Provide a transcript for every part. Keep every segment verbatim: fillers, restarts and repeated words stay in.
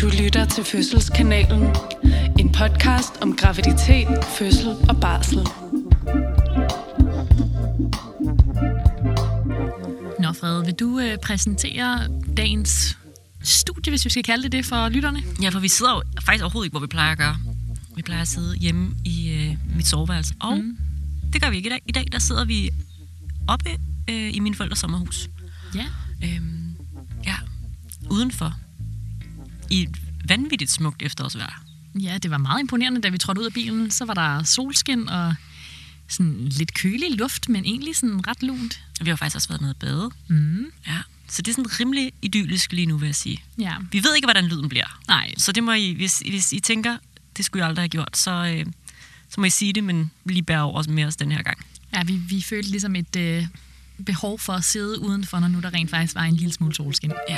Du lytter til Fødselskanalen. En podcast om graviditet, fødsel og barsel. Nå Frede, vil du øh, præsentere dagens studie, hvis vi skal kalde det det for lytterne? Ja, for vi sidder jo faktisk overhovedet ikke, hvor vi plejer at gøre. Vi plejer at sidde hjemme i øh, mit soveværelse. Og mm. det gør vi ikke i dag. I dag der sidder vi oppe øh, i mine forældres sommerhus. Ja. Øhm, ja, udenfor. I et vanvittigt smukt efterårsvejr. Ja, det var meget imponerende, da vi trådte ud af bilen. Så var der solskin og sådan lidt kølig luft, men egentlig sådan ret lunt. Vi har faktisk også været nede at bade. Mm. Ja. Så det er sådan rimelig idyllisk lige nu, vil jeg sige. Ja. Vi ved ikke, hvordan lyden bliver. Nej. Så det må I, hvis, hvis I tænker, det skulle jeg aldrig have gjort, så, øh, så må I sige det, men lige bære over med os den her gang. Ja, vi, vi følte ligesom et øh, behov for at sidde udenfor, når nu der rent faktisk var en lille smule solskin. Ja.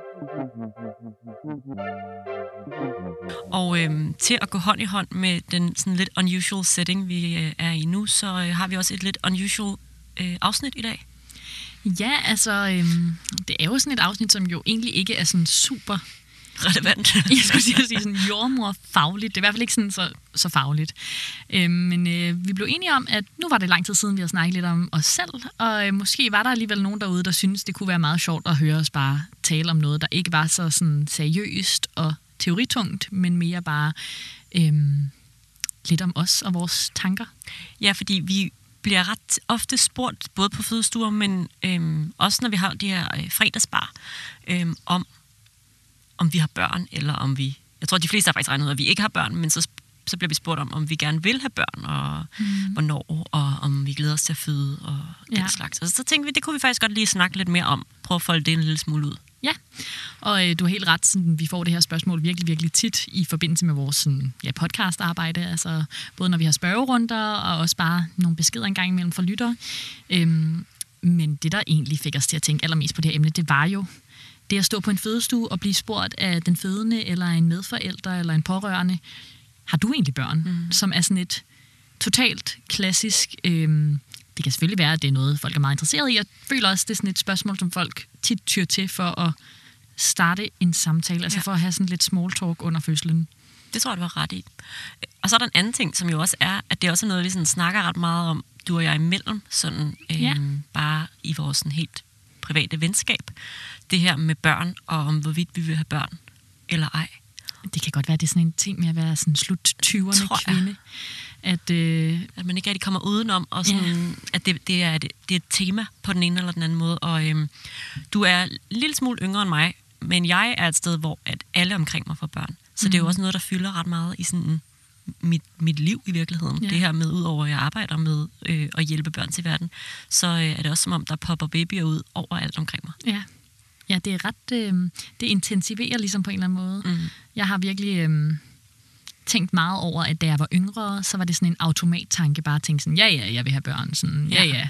Og øhm, til at gå hånd i hånd med den sådan lidt unusual setting, vi øh, er i nu, så øh, har vi også et lidt unusual øh, afsnit i dag. Ja, altså, øhm, det er jo sådan et afsnit, som jo egentlig ikke er sådan super relevant. Jeg skulle sige, sige sådan jordmor-fagligt. Det er i hvert fald ikke sådan så, så fagligt. Øhm, men øh, vi blev enige om, at nu var det lang tid siden, vi havde snakket lidt om os selv, og øh, måske var der alligevel nogen derude, der synes det kunne være meget sjovt at høre os bare tale om noget, der ikke var så sådan seriøst og teoritungt, men mere bare øhm, lidt om os og vores tanker. Ja, fordi vi bliver ret ofte spurgt, både på fødestuer, men øhm, også når vi har de her øh, fredagsbar, øhm, om om vi har børn, eller om vi... Jeg tror, de fleste har faktisk regnet ud, at vi ikke har børn, men så, så bliver vi spurgt om, om vi gerne vil have børn, og mm. hvornår, og om vi glæder os til at føde, og den ja. slags. Og så tænkte vi, det kunne vi faktisk godt lige snakke lidt mere om. Prøve at folde det en lille smule ud. Ja, og øh, du har helt ret, sådan, vi får det her spørgsmål virkelig, virkelig tit i forbindelse med vores sådan, ja, podcastarbejde, altså både når vi har spørgerunder, og også bare nogle beskeder en gang imellem fra lyttere. Øhm, men det, der egentlig fik os til at tænke allermest på det her emne, det var jo det at stå på en fødestue og blive spurgt af den fødende, eller en medforælder, eller en pårørende, har du egentlig børn? Mm. Som er sådan et totalt klassisk... Øhm, det kan selvfølgelig være, at det er noget, folk er meget interesseret i. Jeg føler også, det er sådan et spørgsmål, som folk tit tyr til for at starte en samtale, ja. altså for at have sådan lidt small talk under fødslen. Det tror jeg, du har ret i. Og så er der en anden ting, som jo også er, at det også er noget, vi sådan snakker ret meget om, du og jeg imellem, sådan øhm, ja. bare i vores sådan helt private venskab. Det her med børn, og om hvorvidt vi vil have børn, eller ej. Det kan godt være, det er sådan en ting med at være sådan slut tyverne kvinde. At, øh... at man ikke rigtig kommer udenom, og sådan, ja. at det, det, er, det, det er et tema på den ene eller den anden måde. Og øhm, du er en lille smule yngre end mig, men jeg er et sted, hvor at alle omkring mig får børn. Så mm. det er jo også noget, der fylder ret meget i sådan mit, mit liv i virkeligheden. Ja. Det her med, udover at jeg arbejder med øh, at hjælpe børn til verden, så øh, er det også som om, der popper babyer ud overalt omkring mig. Ja. Ja, det er ret... Øh, det intensiverer ligesom på en eller anden måde. Mm. Jeg har virkelig øh, tænkt meget over, at da jeg var yngre, så var det sådan en automattanke, bare at tænke sådan, ja, ja, jeg vil have børn. Sådan, ja, ja,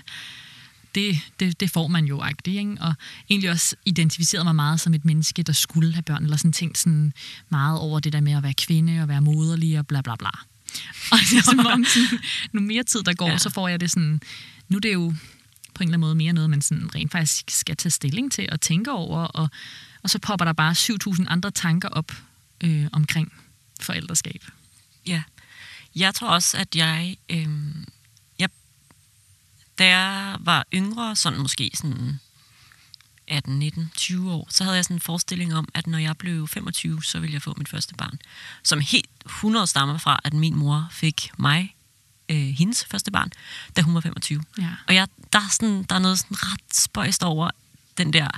det, det, det får man jo agtigt, ikke? Og egentlig også identificeret mig meget som et menneske, der skulle have børn, eller sådan tænkt sådan meget over det der med at være kvinde, og være moderlig, og bla bla bla. Og det er som om, sådan, nu mere tid der går, ja. så får jeg det sådan... Nu er det jo... på en eller anden måde mere noget, man sådan rent faktisk skal tage stilling til og tænke over, og, og så popper der bare syv tusind andre tanker op øh, omkring forældreskab. Ja, jeg tror også, at jeg, øh, jeg, da jeg var yngre, sådan måske sådan atten, nitten, tyve år, så havde jeg sådan en forestilling om, at når jeg blev femogtyve, så ville jeg få mit første barn, som helt hundrede stammer fra, at min mor fik mig, Øh, hendes første barn, da hun var femogtyve. Ja. Og jeg, der, er sådan, der er noget sådan ret spøjst over den der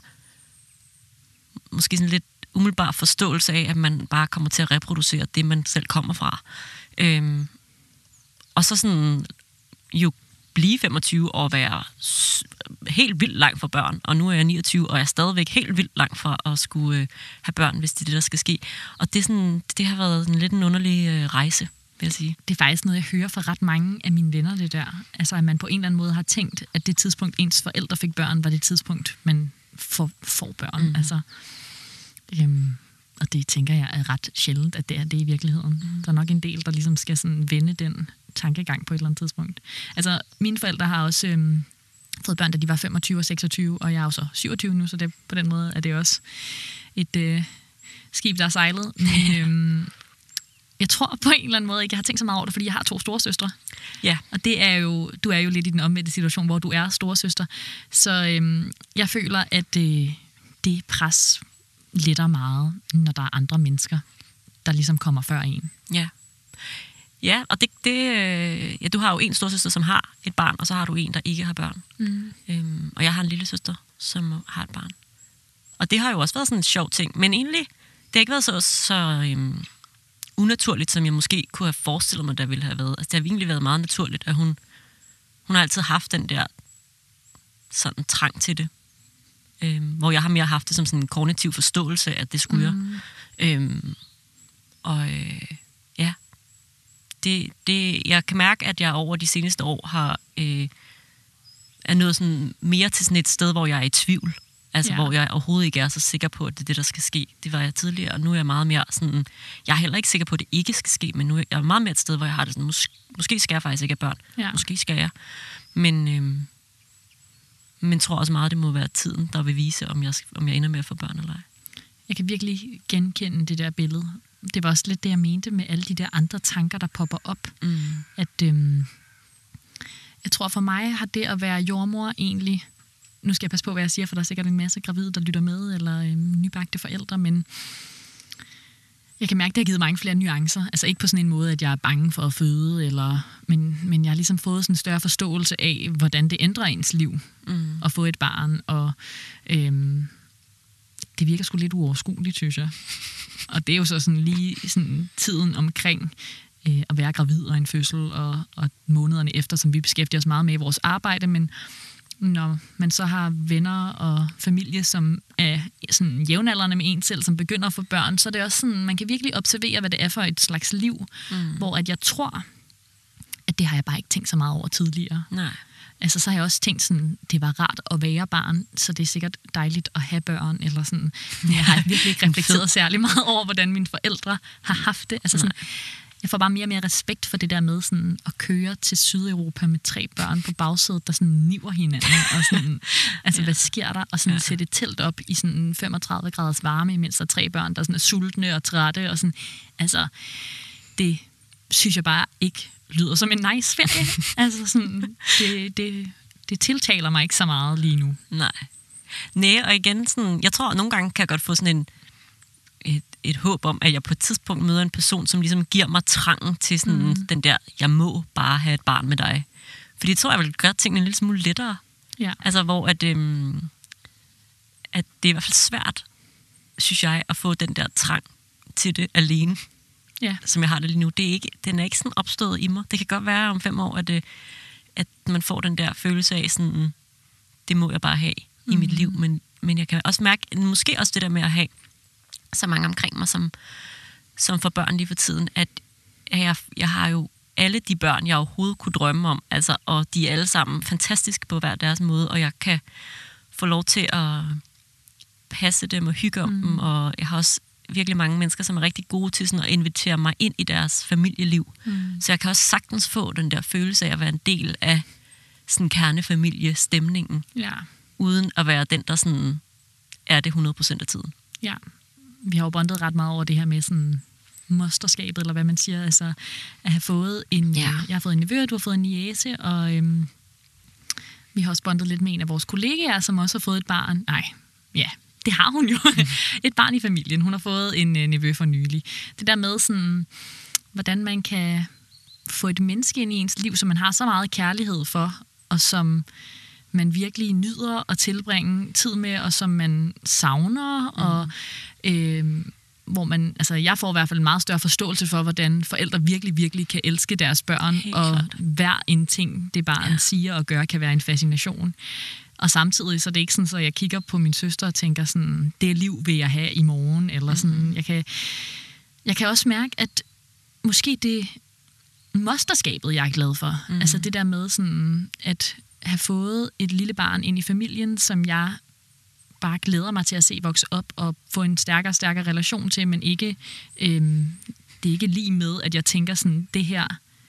måske sådan lidt umiddelbar forståelse af, at man bare kommer til at reproducere det, man selv kommer fra. Øhm, og så sådan jo blive femogtyve og være helt vildt langt fra børn, og nu er jeg niogtyve, og jeg er stadigvæk helt vildt langt fra at skulle øh, have børn, hvis det er det, der skal ske. Og det, er sådan, det har været sådan lidt en underlig øh, rejse. Sige. Det er faktisk noget, jeg hører fra ret mange af mine venner, det der. Altså, at man på en eller anden måde har tænkt, at det tidspunkt, ens forældre fik børn, var det tidspunkt, man får, får børn. Mm. Altså, øhm, og det tænker jeg er ret sjældent, at det er det i virkeligheden. Mm. Der er nok en del, der ligesom skal sådan vende den tankegang på et eller andet tidspunkt. Altså, mine forældre har også øhm, fået børn, da de var femogtyve og seksogtyve, og jeg er jo så syvogtyve nu, så det, på den måde er det også et... Øh, skib, der er sejlet. Men øhm, jeg tror på en eller anden måde ikke, jeg har tænkt så meget over det, fordi jeg har to storesøstre. Ja. Og det er jo, du er jo lidt i den omvendte situation, hvor du er storesøster. Så øhm, jeg føler, at øh, det pres letter meget, når der er andre mennesker, der ligesom kommer før en. Ja. Ja, og det, det, ja, du har jo en storsøster, som har et barn, og så har du en, der ikke har børn. Mm. Øhm, og jeg har en lille søster, som har et barn. Og det har jo også været sådan en sjov ting. Men egentlig, det har ikke været så, så øhm, unaturligt, som jeg måske kunne have forestillet mig, der ville have været. Altså, det har virkelig været meget naturligt, at hun, hun har altid haft den der sådan trang til det. Øhm, hvor jeg har mere haft det som sådan en kognitiv forståelse, at det skulle mm. jeg. Øhm, og øh, ja, det, det, jeg kan mærke, at jeg over de seneste år har øh, er nået sådan mere til sådan et sted, hvor jeg er i tvivl. Altså, ja. Hvor jeg overhovedet ikke er så sikker på, at det er det, der skal ske. Det var jeg tidligere, og nu er jeg meget mere sådan... Jeg er heller ikke sikker på, at det ikke skal ske, men nu er jeg meget mere et sted, hvor jeg har det sådan... Mås- måske skal jeg faktisk ikke have børn. Ja. Måske skal jeg. Men, øhm, men tror også meget, det må være tiden, der vil vise, om jeg, om jeg ender med at få børn eller ej. Jeg kan virkelig genkende det der billede. Det var også lidt det, jeg mente med alle de der andre tanker, der popper op. Mm. At øhm, jeg tror for mig har det at være jordmor egentlig... Nu skal jeg passe på, hvad jeg siger, for der er sikkert en masse gravide, der lytter med, eller øhm, nybagte forældre, men jeg kan mærke, at det har givet mange flere nuancer. Altså ikke på sådan en måde, at jeg er bange for at føde, eller, men, men jeg har ligesom fået sådan en større forståelse af, hvordan det ændrer ens liv mm. at få et barn, og øhm, det virker sgu lidt uoverskueligt, synes jeg. Og det er jo så sådan lige sådan tiden omkring øh, at være gravid og en fødsel, og, og månederne efter, som vi beskæftiger os meget med i vores arbejde, men når man så har venner og familie, som er sådan jævnaldrende med en selv, som begynder at få børn, så er det også sådan, man kan virkelig observere, hvad det er for et slags liv, mm. hvor at jeg tror, at det har jeg bare ikke tænkt så meget over tidligere. Nej. Altså, så har jeg også tænkt sådan, det var rart at være barn, så det er sikkert dejligt at have børn, eller sådan. Men jeg har virkelig ikke reflekteret særlig meget over, hvordan mine forældre har haft det. Altså sådan, jeg får bare mere og mere respekt for det der med sådan at køre til Sydeuropa med tre børn på bagsædet, der sådan niver hinanden. Og sådan, altså, ja. Hvad sker der? Og sådan ja. Sætte et telt op i sådan femogtredive graders varme, imens der er tre børn, der sådan er sultne og trætte. Og sådan, altså, det synes jeg bare ikke lyder som en nice ferie. Altså sådan, det, det, det tiltaler mig ikke så meget lige nu. Nej. Nej, og igen, sådan, jeg tror, at nogle gange kan jeg godt få sådan en et, et håb om, at jeg på et tidspunkt møder en person, som ligesom giver mig trangen til sådan mm. den der, jeg må bare have et barn med dig. Fordi jeg tror, jeg vil gøre tingene en lille smule lettere. Ja. Altså, hvor at, øhm, at det er i hvert fald svært, synes jeg, at få den der trang til det alene. Ja. Som jeg har det lige nu. Det er ikke, den er ikke sådan opstået i mig. Det kan godt være om fem år, at, det, at man får den der følelse af sådan, det må jeg bare have i mm. mit liv. Men, men jeg kan også mærke, måske også det der med at have så mange omkring mig, som, som får børn lige for tiden, at jeg, jeg har jo alle de børn, jeg overhovedet kunne drømme om, altså, og de er alle sammen fantastiske på hver deres måde, og jeg kan få lov til at passe dem og hygge om mm. dem, og jeg har også virkelig mange mennesker, som er rigtig gode til sådan at invitere mig ind i deres familieliv. Mm. Så jeg kan også sagtens få den der følelse af at være en del af sådan kernefamiliestemningen, ja. Uden at være den, der sådan er det hundrede procent af tiden. Ja, vi har jo bondet ret meget over det her med sådan mosterskabet, eller hvad man siger, altså at have fået en, ja. Jeg har fået en nevø, du har fået en niece, og øhm, vi har også bondet lidt med en af vores kollegaer, som også har fået et barn. Nej, ja, det har hun jo. Et barn i familien. Hun har fået en øh, nevø for nylig. Det der med sådan, hvordan man kan få et menneske ind i ens liv, som man har så meget kærlighed for, og som man virkelig nyder at tilbringe tid med, og som man savner, mm. og øh, hvor man, altså jeg får i hvert fald en meget større forståelse for, hvordan forældre virkelig, virkelig kan elske deres børn, helt og klart. Hver en ting, det barn ja. Siger og gør, kan være en fascination. Og samtidig så er det ikke sådan, at jeg kigger på min søster og tænker sådan, det liv vil jeg have i morgen, eller sådan, mm-hmm. jeg kan, jeg kan også mærke, at måske det mosterskabet, jeg er glad for, mm-hmm. altså det der med sådan, at have fået et lille barn ind i familien, som jeg bare glæder mig til at se vokse op og få en stærkere og stærkere relation til, men ikke, øhm, det er ikke lige med, at jeg tænker sådan, det her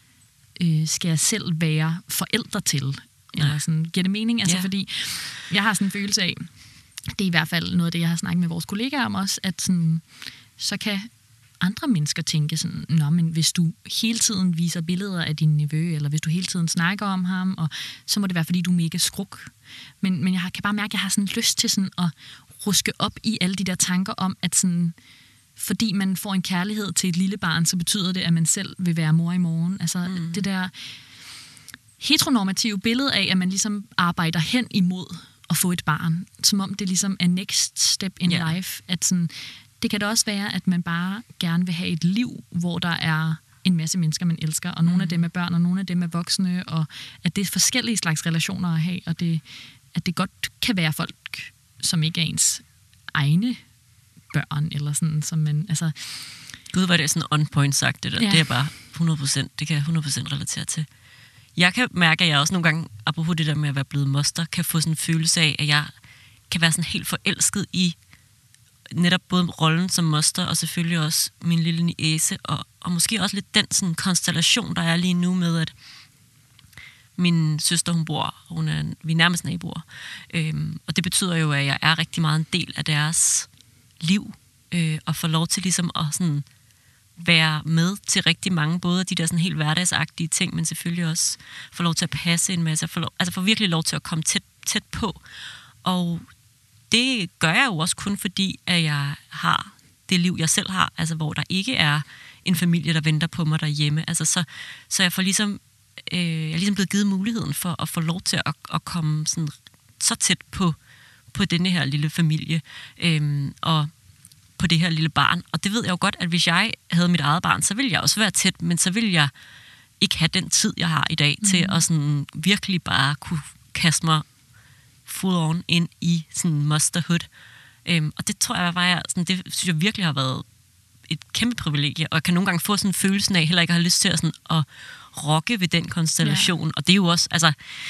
øh, skal jeg selv være forældre til. Eller sådan, giver det mening? Altså, ja. Fordi jeg har sådan en følelse af, det er i hvert fald noget af det, jeg har snakket med vores kollegaer om også, at sådan, så kan andre mennesker tænke sådan, nå, men hvis du hele tiden viser billeder af din nevø, eller hvis du hele tiden snakker om ham, og så må det være, fordi du er mega skruk. Men, men jeg kan bare mærke, at jeg har sådan lyst til sådan at ruske op i alle de der tanker om, at sådan, fordi man får en kærlighed til et lille barn, så betyder det, at man selv vil være mor i morgen. Altså mm. det der heteronormative billede af, at man ligesom arbejder hen imod at få et barn, som om det ligesom er next step in yeah. life, at sådan, det kan da også være, at man bare gerne vil have et liv, hvor der er en masse mennesker, man elsker, og nogle mm. af dem er børn, og nogle af dem er voksne, og at det er forskellige slags relationer at have, og det, at det godt kan være folk, som ikke er ens egne børn, eller sådan, som man, altså... Gud, var det sådan on point sagt, det der. Ja. Det er bare hundrede procent, det kan jeg hundrede procent relatere til. Jeg kan mærke, at jeg også nogle gange, apropos det der med at være blevet moster, kan få sådan en følelse af, at jeg kan være sådan helt forelsket i netop både rollen som moster, og selvfølgelig også min lille niece, og, og måske også lidt den sådan konstellation, der er lige nu med, at min søster, hun bor, hun er, vi er nærmest naboer. Øhm, og det betyder jo, at jeg er rigtig meget en del af deres liv, øh, og får lov til ligesom at sådan være med til rigtig mange, både af de der sådan helt hverdagsagtige ting, men selvfølgelig også få lov til at passe en masse, få lov, altså få virkelig lov til at komme tæt, tæt på. Og det gør jeg jo også kun fordi, at jeg har det liv, jeg selv har, altså hvor der ikke er en familie, der venter på mig derhjemme. Altså så, så jeg får ligesom, øh, jeg er ligesom blevet givet muligheden for at få lov til at, at komme sådan så tæt på, på denne her lille familie, øh, og på det her lille barn. Og det ved jeg jo godt, at hvis jeg havde mit eget barn, så ville jeg også være tæt, men så ville jeg ikke have den tid, jeg har i dag, mm. til at sådan virkelig bare kunne kaste mig full on ind i sådan motherhood. Øhm, og det tror jeg, var jeg, sådan, det synes jeg virkelig har været et kæmpe privilegie, og jeg kan nogle gange få sådan en følelse af, heller ikke har lyst til at, sådan, at rokke ved den konstellation. Ja. Og det er jo også, altså,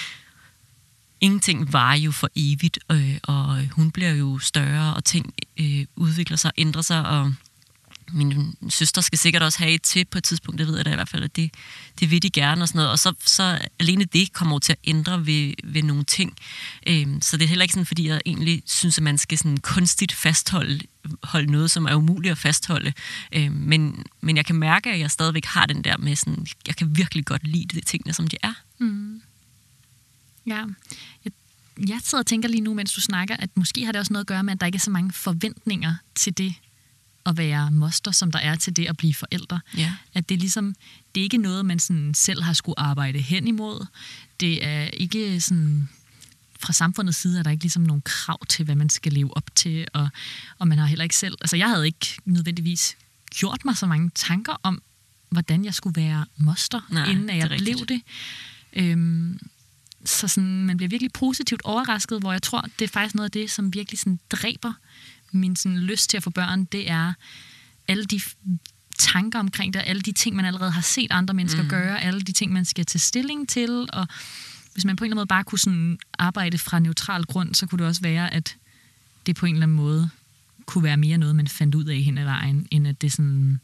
ingenting var jo for evigt, øh, og hun bliver jo større, og ting øh, udvikler sig, ændrer sig, og min søster skal sikkert også have et til på et tidspunkt, det ved jeg da i hvert fald, at det, det vil de gerne og sådan noget, og så, så alene det kommer til at ændre ved, ved nogle ting. Øhm, så det er heller ikke sådan, fordi jeg egentlig synes, at man skal sådan kunstigt fastholde holde noget, som er umuligt at fastholde. Øhm, men, men jeg kan mærke, at jeg stadigvæk har den der med sådan, jeg kan virkelig godt lide det tingene, som de er. Mm. Ja, jeg, jeg sidder og tænker lige nu, mens du snakker, at måske har det også noget at gøre med, at der ikke er så mange forventninger til det, at være moster, som der er til det at blive forældre. Ja. At det er ligesom, det er ikke noget, man sådan selv har skulle arbejde hen imod. Det er ikke sådan, fra samfundets side er der ikke ligesom nogen krav til, hvad man skal leve op til, og, og man har heller ikke selv, altså jeg havde ikke nødvendigvis gjort mig så mange tanker om, hvordan jeg skulle være moster, Nej, inden jeg blev rigtigt. det. Øhm, så sådan, man bliver virkelig positivt overrasket, hvor jeg tror, det er faktisk noget af det, som virkelig sådan dræber min sådan lyst til at få børn, det er alle de tanker omkring det, alle de ting, man allerede har set andre mennesker mm. gøre, alle de ting, man skal tage stilling til, og hvis man på en eller anden måde bare kunne sådan arbejde fra neutral grund, så kunne det også være, at det på en eller anden måde kunne være mere noget, man fandt ud af hen ad vejen, end at det sådan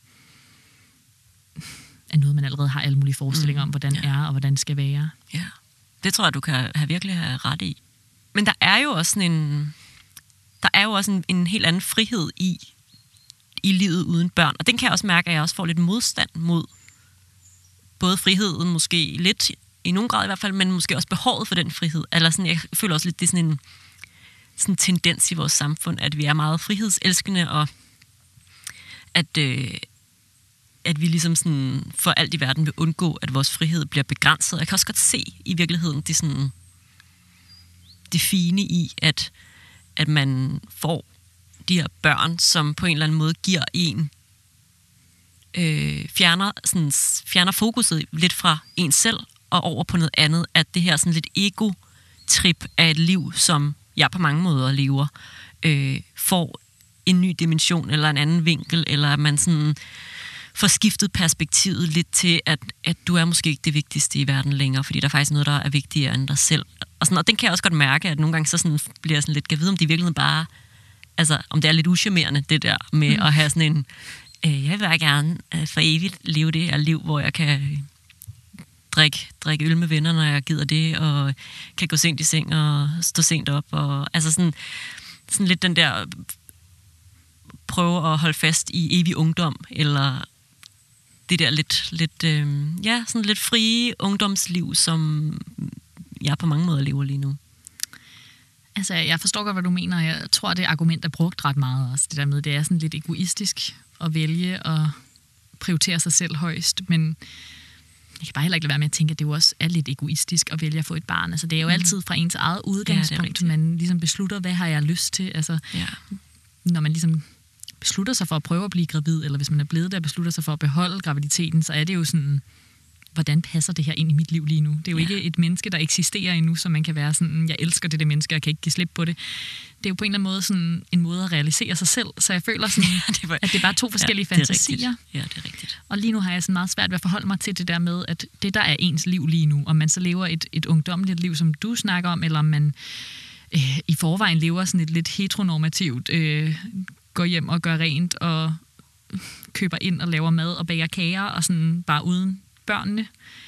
er noget, man allerede har alle mulige forestillinger mm. om, hvordan ja. er og hvordan det skal være. Ja, det tror jeg, du kan have virkelig have ret i. Men der er jo også sådan en Der er jo også en, en helt anden frihed i, i livet uden børn. Og den kan jeg også mærke, at jeg også får lidt modstand mod. Både friheden, måske lidt, i nogen grad i hvert fald, men måske også behovet for den frihed. Eller sådan, jeg føler også lidt, det er sådan en sådan tendens i vores samfund, at vi er meget frihedselskende, og at, øh, at vi ligesom sådan for alt i verden vil undgå, at vores frihed bliver begrænset. Jeg kan også godt se i virkeligheden det, sådan, det fine i, at at man får de her børn, som på en eller anden måde giver en, øh, fjerner, sådan, fjerner fokuset lidt fra en selv, og over på noget andet, at det her sådan lidt ego-trip af et liv, som jeg på mange måder lever, øh, får en ny dimension, eller en anden vinkel, eller at man sådan får skiftet perspektivet lidt til, at, at du er måske ikke det vigtigste i verden længere, fordi der er faktisk noget, der er vigtigere end dig selv. Og, sådan, og den kan jeg også godt mærke, at nogle gange så sådan bliver jeg sådan lidt, kan vide, om det i virkeligheden bare, altså om det er lidt uschammerende, det der med mm. at have sådan en, øh, jeg vil bare gerne øh, for evigt leve det her liv, hvor jeg kan drikke, drikke øl med venner, når jeg gider det, og kan gå sent i seng og stå sent op, og altså sådan, sådan lidt den der prøve at holde fast i evig ungdom, eller det der lidt, lidt, øh, ja, sådan lidt frie ungdomsliv, som jeg på mange måder lever lige nu. Altså, jeg forstår godt, hvad du mener. Jeg tror, det argument er brugt ret meget også. Det der med, det er sådan lidt egoistisk at vælge at prioritere sig selv højst, men jeg kan bare heller ikke lade være med at tænke, at det jo også er lidt egoistisk at vælge at få et barn. Altså, det er jo mm. altid fra ens eget udgangspunkt, ja, man ligesom beslutter, hvad har jeg lyst til. Altså, ja. Når man ligesom beslutter sig for at prøve at blive gravid, eller hvis man er blevet der og beslutter sig for at beholde graviditeten, så er det jo sådan, hvordan passer det her ind i mit liv lige nu? Det er jo ja. ikke et menneske, der eksisterer endnu, så man kan være sådan, jeg elsker det der menneske, jeg kan ikke give slip på det. Det er jo på en eller anden måde sådan en måde at realisere sig selv, så jeg føler sådan, ja, det var, at det er bare to forskellige ja, fantasier. Ja, det er rigtigt. Og lige nu har jeg sådan meget svært ved at forholde mig til det der med, at det der er ens liv lige nu, om man så lever et, et ungdommeligt liv, som du snakker om, eller om man øh, i forvejen lever sådan et lidt heteronormativt, øh, går hjem og gør rent, og køber ind og laver mad og bager kager, og sådan bare uden børnene,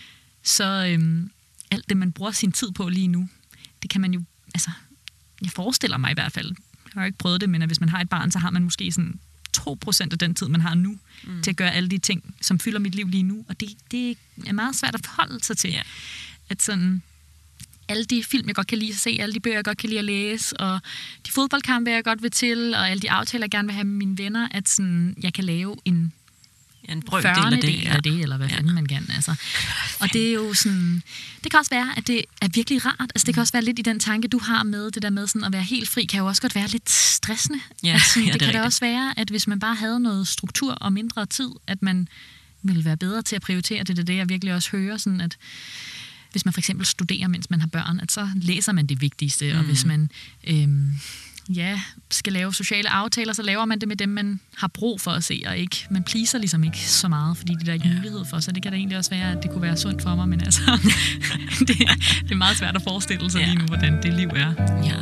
så øhm, alt det, man bruger sin tid på lige nu, det kan man jo, altså, jeg forestiller mig i hvert fald, jeg har jo ikke prøvet det, men at hvis man har et barn, så har man måske sådan to procent af den tid, man har nu, mm. til at gøre alle de ting, som fylder mit liv lige nu, og det, det er meget svært at forholde sig til, yeah. at sådan, alle de film, jeg godt kan lide at se, alle de bøger, jeg godt kan lide at læse, og de fodboldkampe, jeg godt vil til, og alle de aftaler, jeg gerne vil have med mine venner, at sådan, jeg kan lave en Ja, en brøkdel af det, del af det, eller hvad ja. fanden man kan. Altså. Og det er jo sådan, det kan også være, at det er virkelig rart. Altså, det kan også være lidt i den tanke, du har med det der med sådan at være helt fri, kan jo også godt være lidt stressende. Ja, altså, ja, det, det kan da også være, at hvis man bare havde noget struktur og mindre tid, at man ville være bedre til at prioritere det. Det er det, jeg virkelig også hører, sådan at hvis man for eksempel studerer, mens man har børn, at så læser man det vigtigste, mm. og hvis man øhm, ja, skal lave sociale aftaler, så laver man det med dem, man har brug for at se, og ikke, man pleaser ligesom ikke så meget, fordi det der er ikke mulighed for, så det kan da egentlig også være, at det kunne være sundt for mig, men altså, det, det er meget svært at forestille sig ja. lige nu, hvordan det liv er. Ja.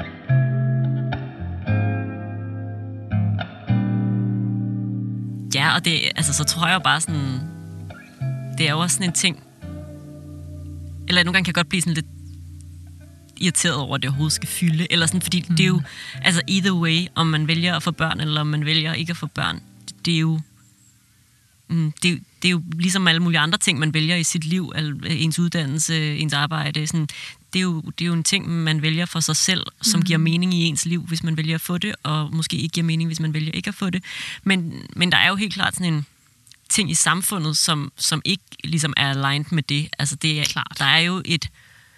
Ja, og det, altså, så tror jeg bare sådan, det er jo også sådan en ting, eller nogle gange kan jeg godt blive sådan lidt irriteret over, at det overhovedet skal fylde, eller sådan, fordi mm. det er jo, altså either way, om man vælger at få børn, eller om man vælger ikke at få børn, det er jo, mm, det, er, det er jo ligesom alle mulige andre ting, man vælger i sit liv, ens uddannelse, ens arbejde, sådan, det er jo, det er jo en ting, man vælger for sig selv, som mm. giver mening i ens liv, hvis man vælger at få det, og måske ikke giver mening, hvis man vælger ikke at få det, men, men der er jo helt klart sådan en ting i samfundet, som, som ikke ligesom er aligned med det, altså det er, klart. Der er jo et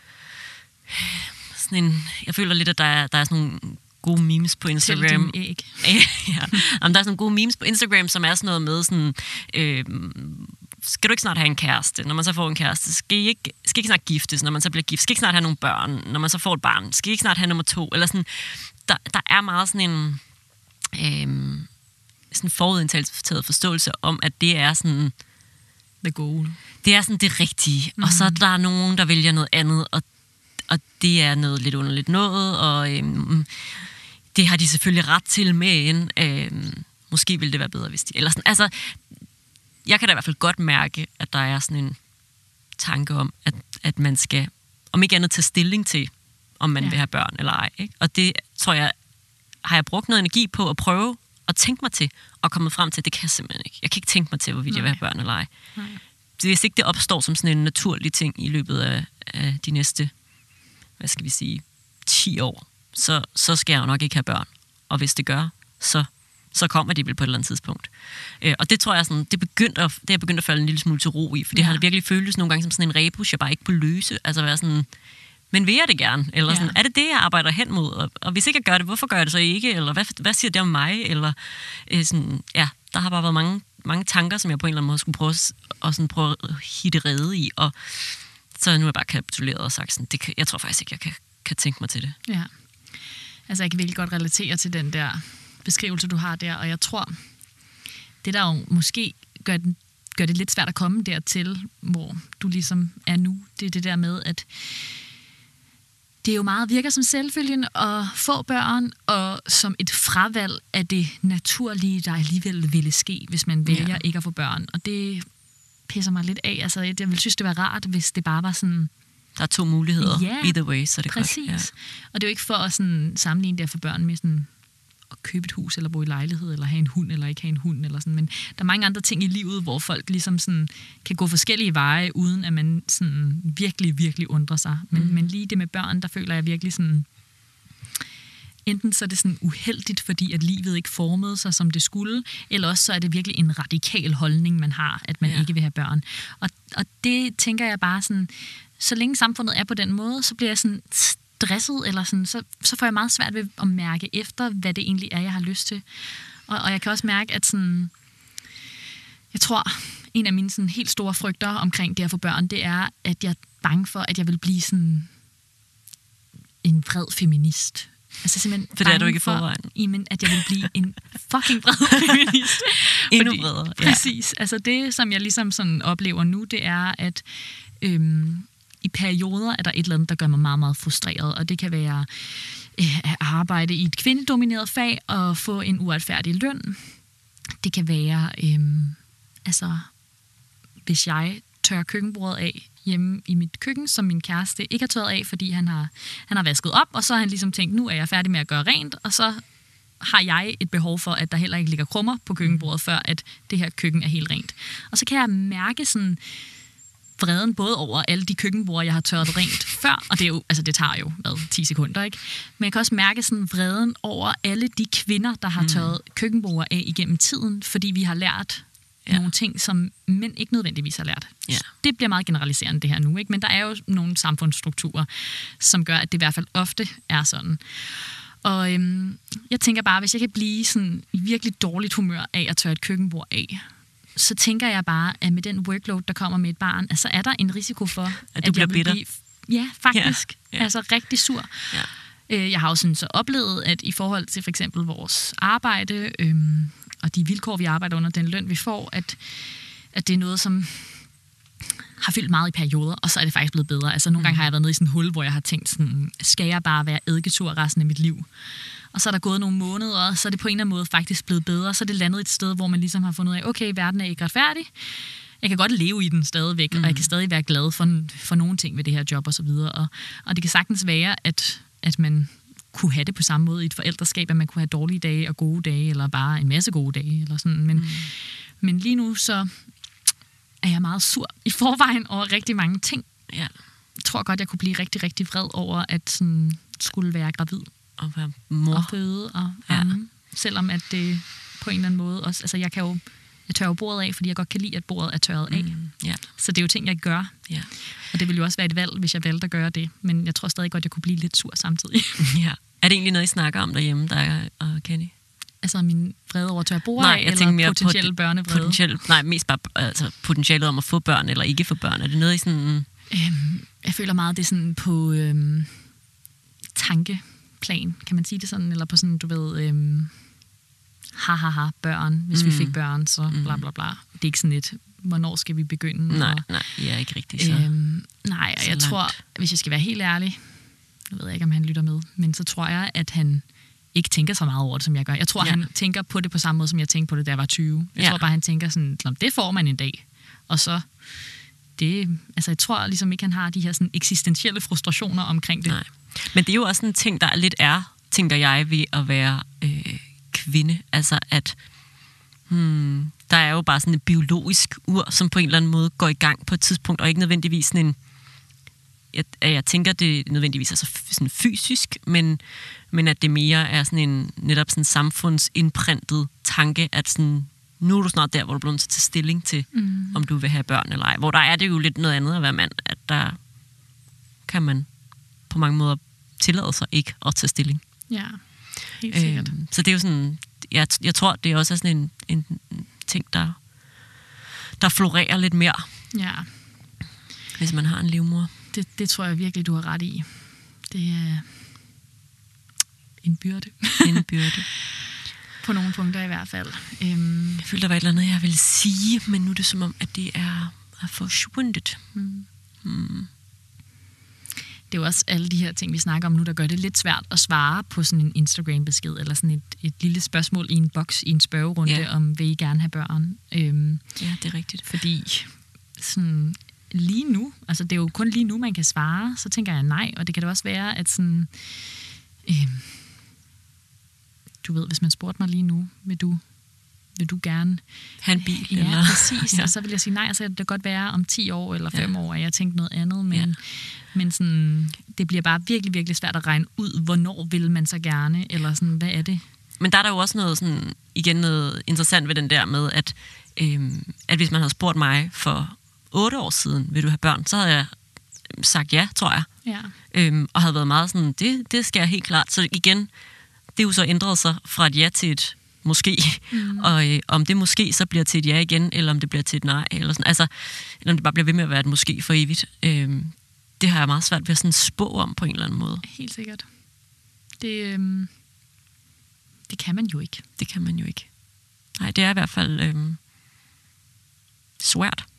sådan en, jeg føler lidt, at der er, der er sådan nogle gode memes på Instagram. Æg. ja, Jamen, der er sådan nogle gode memes på Instagram, som er sådan noget med sådan, øh, skal du ikke snart have en kæreste? Når man så får en kæreste, skal I ikke, skal I ikke snart giftes? Når man så bliver gift, skal I ikke snart have nogle børn? Når man så får et barn, skal I ikke snart have nummer to? Eller sådan, der, der er meget sådan en øh, sådan forudindtaget forståelse om, at det er sådan the goal. Det er sådan det rigtige. Mm. Og så er der nogen, der vælger noget andet, og Og det er noget lidt underligt noget, og øhm, det har de selvfølgelig ret til med en. Øhm, måske ville det være bedre, hvis de... Eller sådan, altså, jeg kan da i hvert fald godt mærke, at der er sådan en tanke om, at, at man skal, om ikke andet, tage stilling til, om man ja. vil have børn eller ej. Ikke? Og det, tror jeg, har jeg brugt noget energi på at prøve at tænke mig til, og komme frem til, det kan jeg simpelthen ikke. Jeg kan ikke tænke mig til, hvorvidt Nej. jeg vil have børn eller ej. Nej. Hvis ikke det opstår som sådan en naturlig ting i løbet af, af de næste... hvad skal vi sige, ti år, så, så skal jeg jo nok ikke have børn. Og hvis det gør, så, så kommer de vel på et eller andet tidspunkt. Øh, og det tror jeg, sådan, det, begyndt at, det er begyndt at falde en lille smule til ro i, for det ja. har det virkelig føltes nogle gange som sådan en rebus, jeg bare ikke kunne løse. Altså være sådan, men vil jeg det gerne? Eller sådan, ja. er det det, jeg arbejder hen mod? Og, og hvis ikke jeg gør det, hvorfor gør jeg det så ikke? Eller hvad, hvad siger det om mig? Eller øh, sådan, ja, der har bare været mange, mange tanker, som jeg på en eller anden måde skulle prøve at, sådan, prøve at hitte rede i, og så nu er jeg bare kapituleret og sagt sådan, det kan, jeg tror faktisk ikke, jeg kan, kan tænke mig til det. Ja. Altså, jeg kan virkelig godt relatere til den der beskrivelse, du har der, og jeg tror, det der jo måske gør, den, gør det lidt svært at komme dertil, hvor du ligesom er nu, det er det der med, at det jo meget virker som selvfølgen at få børn, og som et fravalg af det naturlige, der alligevel ville ske, hvis man vælger ja. ikke at få børn. Og det pisser mig lidt af. Altså, jeg ville synes, det var rart, hvis det bare var sådan, Der er to muligheder, ja, either way, så er det præcis. godt. Ja. Og det er jo ikke for at sådan sammenligne det for børn med sådan at købe et hus, eller bo i lejlighed, eller have en hund, eller ikke have en hund, eller sådan. Men der er mange andre ting i livet, hvor folk ligesom sådan kan gå forskellige veje, uden at man sådan virkelig, virkelig undrer sig. Men, mm. men lige det med børn, der føler jeg virkelig sådan, enten så er det sådan uheldigt, fordi at livet ikke formede sig, som det skulle, eller også så er det virkelig en radikal holdning, man har, at man ja. ikke vil have børn. Og, og det tænker jeg bare sådan, så længe samfundet er på den måde, så bliver jeg sådan stresset, eller sådan, så, så får jeg meget svært ved at mærke efter, hvad det egentlig er, jeg har lyst til. Og, og jeg kan også mærke, at sådan, jeg tror, en af mine sådan helt store frygter omkring det at få børn, det er, at jeg er bange for, at jeg vil blive sådan en vred feminist. Altså simpelthen for det er du ikke i forvejen. Jamen, at jeg vil blive en fucking vred feminist. Endnu vredere. Ja. Præcis. Altså det, som jeg ligesom sådan oplever nu, det er, at øhm, i perioder er der et eller andet, der gør mig meget, meget frustreret, og det kan være øh, at arbejde i et kvindedomineret fag og få en uretfærdig løn. Det kan være, øh, altså, hvis jeg tørrer køkkenbordet af hjemme i mit køkken, som min kæreste ikke har tørret af, fordi han har, han har vasket op, og så har han ligesom tænkt, nu er jeg færdig med at gøre rent, og så har jeg et behov for, at der heller ikke ligger krummer på køkkenbordet, før at det her køkken er helt rent. Og så kan jeg mærke sådan vreden både over alle de køkkenborde, jeg har tørret rent før, og det, er jo, altså det tager jo hvad, ti sekunder, ikke? Men jeg kan også mærke sådan vreden over alle de kvinder, der har tørret mm. køkkenborde af igennem tiden, fordi vi har lært ja. nogle ting, som mænd ikke nødvendigvis har lært. Ja. Det bliver meget generaliserende det her nu, ikke? Men der er jo nogle samfundsstrukturer, som gør, at det i hvert fald ofte er sådan. Og øhm, jeg tænker bare, hvis jeg kan blive sådan i virkelig dårligt humør af at tørre et køkkenbord af, så tænker jeg bare, at med den workload, der kommer med et barn, altså er der en risiko for, at, at du bliver bitter. Blive, ja, faktisk. Ja, ja. Altså rigtig sur. Ja. Jeg har jo sådan så oplevet, at i forhold til for eksempel vores arbejde, øhm, og de vilkår, vi arbejder under, den løn, vi får, at, at det er noget, som har fyldt meget i perioder, og så er det faktisk blevet bedre. Altså nogle mm. gange har jeg været nede i sådan en hul, hvor jeg har tænkt sådan, skal jeg bare være eddiketur resten af mit liv? Og så er der gået nogle måneder, og så er det på en eller anden måde faktisk blevet bedre. Så er det landet et sted, hvor man ligesom har fundet ud af, okay, verden er ikke retfærdig. Jeg kan godt leve i den stadigvæk, mm. og jeg kan stadig være glad for, for nogle ting ved det her job og så videre. Og, og det kan sagtens være, at, at man kunne have det på samme måde i et forældreskab, at man kunne have dårlige dage og gode dage, eller bare en masse gode dage, eller sådan. Men, mm. men lige nu så er jeg meget sur i forvejen over rigtig mange ting. Ja. Jeg tror godt, jeg kunne blive rigtig, rigtig vred over at sådan, skulle være gravid. Og være mor. Og føde og amme. Ja. Selvom at det på en eller anden måde også... Altså jeg kan jo... Jeg tørrer jo bordet af, fordi jeg godt kan lide, at bordet er tørret af. Mm, yeah. Så det er jo ting, jeg gør. Yeah. Og det ville jo også være et valg, hvis jeg valgte at gøre det. Men jeg tror stadig godt, jeg kunne blive lidt sur samtidig. Ja. Er det egentlig noget, I snakker om derhjemme, der og Kenny? Altså min vrede over at tørre bordet af, eller mere potentielle børnevrede? Potentielle, nej, mest bare altså, potentialet om at få børn, eller ikke få børn. Er det noget, I sådan... Øhm, jeg føler meget, det er sådan på øhm, tankeplan, kan man sige det sådan? Eller på sådan, du ved... Øhm, ha, ha, ha, børn. Hvis mm. vi fik børn, så bla, bla, bla. Det er ikke sådan et, hvornår skal vi begynde? Nej, og, nej, jeg er ikke rigtig så øhm, Nej, og så jeg langt. tror, hvis jeg skal være helt ærlig, nu ved jeg ikke, om han lytter med, men så tror jeg, at han ikke tænker så meget over det, som jeg gør. Jeg tror, ja. han tænker på det på samme måde, som jeg tænkte på det, da jeg var tyve. Jeg ja. tror bare, han tænker sådan, det får man en dag. Og så, det, altså jeg tror ligesom ikke, han har de her sådan eksistentielle frustrationer omkring det. Nej. Men det er jo også en ting, der lidt er, tænker jeg, ved at være... Øh, kvinde, altså at hmm, der er jo bare sådan et biologisk ur, som på en eller anden måde går i gang på et tidspunkt, og ikke nødvendigvis sådan en, jeg, jeg tænker, det nødvendigvis er så sådan fysisk, men, men at det mere er sådan en netop sådan samfundsindprintet tanke, at sådan, nu er du snart der, hvor du bliver nødt til at tage stilling til, mm. om du vil have børn eller ej. Hvor der er det jo lidt noget andet at være mand, at der kan man på mange måder tillade sig ikke at tage stilling. Ja. Helt sikkert. Øhm, så det er jo sådan, jeg, jeg tror, det er også sådan en, en ting, der, der florerer lidt mere. Ja. Hvis man har en livmor. Det, det tror jeg virkelig, du har ret i. Det er en byrde. En byrde. På nogle punkter i hvert fald. Øhm. Jeg følte, der var et eller andet, jeg ville sige, men nu er det som om, at det er, er forsvundet. Mm. Mm. Det er jo også alle de her ting, vi snakker om nu, der gør det lidt svært at svare på sådan en Instagram-besked, eller sådan et, et lille spørgsmål i en boks, i en spørgerunde, ja. om vil I gerne have børn? Øhm, ja, det er rigtigt. Fordi sådan, lige nu, altså det er jo kun lige nu, man kan svare, så tænker jeg nej, og det kan da også være, at sådan, øh, du ved, hvis man spurgte mig lige nu, vil du, vil du gerne have en bil? Ja, eller? præcis, Ja. Og så vil jeg sige nej, og så kan det godt være om ti år eller fem Ja. år, at jeg tænkte noget andet, men, Ja. men sådan, det bliver bare virkelig, virkelig svært at regne ud, hvornår vil man så gerne, eller sådan, hvad er det? Men der er der jo også noget sådan, igen noget interessant ved den der med, at, øhm, at hvis man havde spurgt mig for otte år siden, vil du have børn, så havde jeg sagt ja, tror jeg. Ja. Øhm, og havde været meget sådan, det, det skal jeg helt klart. Så igen, det er jo så ændret sig fra et ja til et måske. Mm. Og øh, om det måske så bliver til et ja igen, eller om det bliver til et nej, eller sådan, altså, eller om det bare bliver ved med at være et måske for evigt. Øhm, det har jeg meget svært ved at sådan spå om på en eller anden måde. Helt sikkert. Det, øhm, det kan man jo ikke. Det kan man jo ikke. Nej, det er i hvert fald øhm, svært.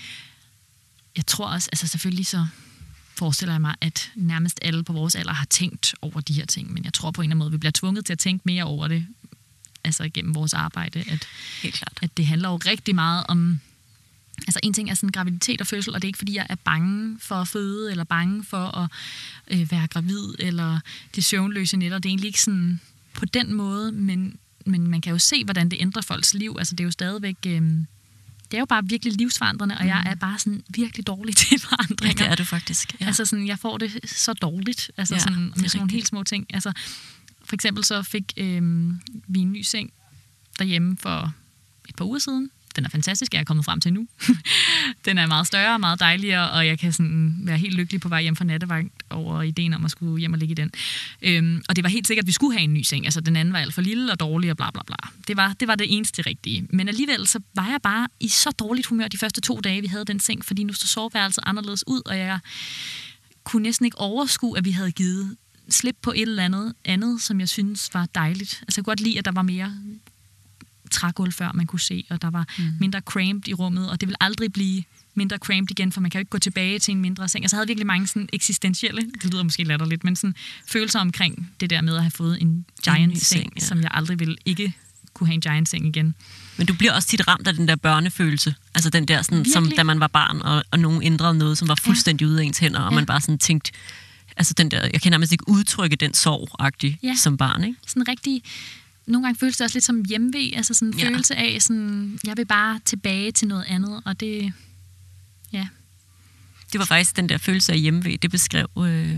Jeg tror også, altså selvfølgelig så forestiller jeg mig, at nærmest alle på vores alder har tænkt over de her ting, men jeg tror på en eller anden måde, vi bliver tvunget til at tænke mere over det, altså gennem vores arbejde, at, Helt klart. at det handler jo rigtig meget om, altså en ting er sådan graviditet og fødsel, og det er ikke fordi, jeg er bange for at føde, eller bange for at øh, være gravid, eller de søvnløse nætter, det er egentlig ikke sådan på den måde, men, men man kan jo se, hvordan det ændrer folks liv, altså det er jo stadigvæk, øh, det er jo bare virkelig livsforandrende, og jeg er bare sådan virkelig dårlig til forandringer. Ja, det er du faktisk. Ja. Altså sådan, jeg får det så dårligt, altså Ja, sådan, det er med sådan nogle rigtigt. helt små ting. Altså, for eksempel så fik øh, vi en ny seng derhjemme for et par uger siden. Den er fantastisk, jeg er kommet frem til nu. Den er meget større og meget dejligere, og jeg kan sådan være helt lykkelig på vej hjem fra nattevagt over ideen om at skulle hjem og ligge i den. Øhm, og det var helt sikkert, at vi skulle have en ny seng. Altså, den anden var alt for lille og dårlig og bla bla bla. Det var, det var det eneste rigtige. Men alligevel så var jeg bare i så dårligt humør de første to dage, vi havde den seng, fordi nu så soveværelset anderledes ud, og jeg kunne næsten ikke overskue, at vi havde givet slip på et eller andet andet, som jeg synes var dejligt. Altså, jeg kunne godt lide, at der var mere trægulv før, man kunne se, og der var mm. mindre cramped i rummet, og det vil aldrig blive mindre cramped igen, for man kan jo ikke gå tilbage til en mindre seng. Altså, jeg havde virkelig mange sådan eksistentielle, det lyder måske latterligt, men sådan følelser omkring det der med at have fået en giant-seng, ja. som jeg aldrig ville ikke kunne have en giant-seng igen. Men du bliver også tit ramt af den der børnefølelse. Altså den der, sådan, som Virkelig? da man var barn, og, og nogen ændrede noget, som var fuldstændig ja. ude af ens hænder, og Ja. man bare sådan tænkte, altså den der, jeg kan nærmest ikke udtrykke den sorg-agtig Ja. som barn, ikke? Sådan rigtig, nogle gange føles det også lidt som hjemve, altså sådan en Ja. følelse af, sådan, jeg vil bare tilbage til noget andet, og det, ja. Det var faktisk den der følelse af hjemve, det beskrev øh,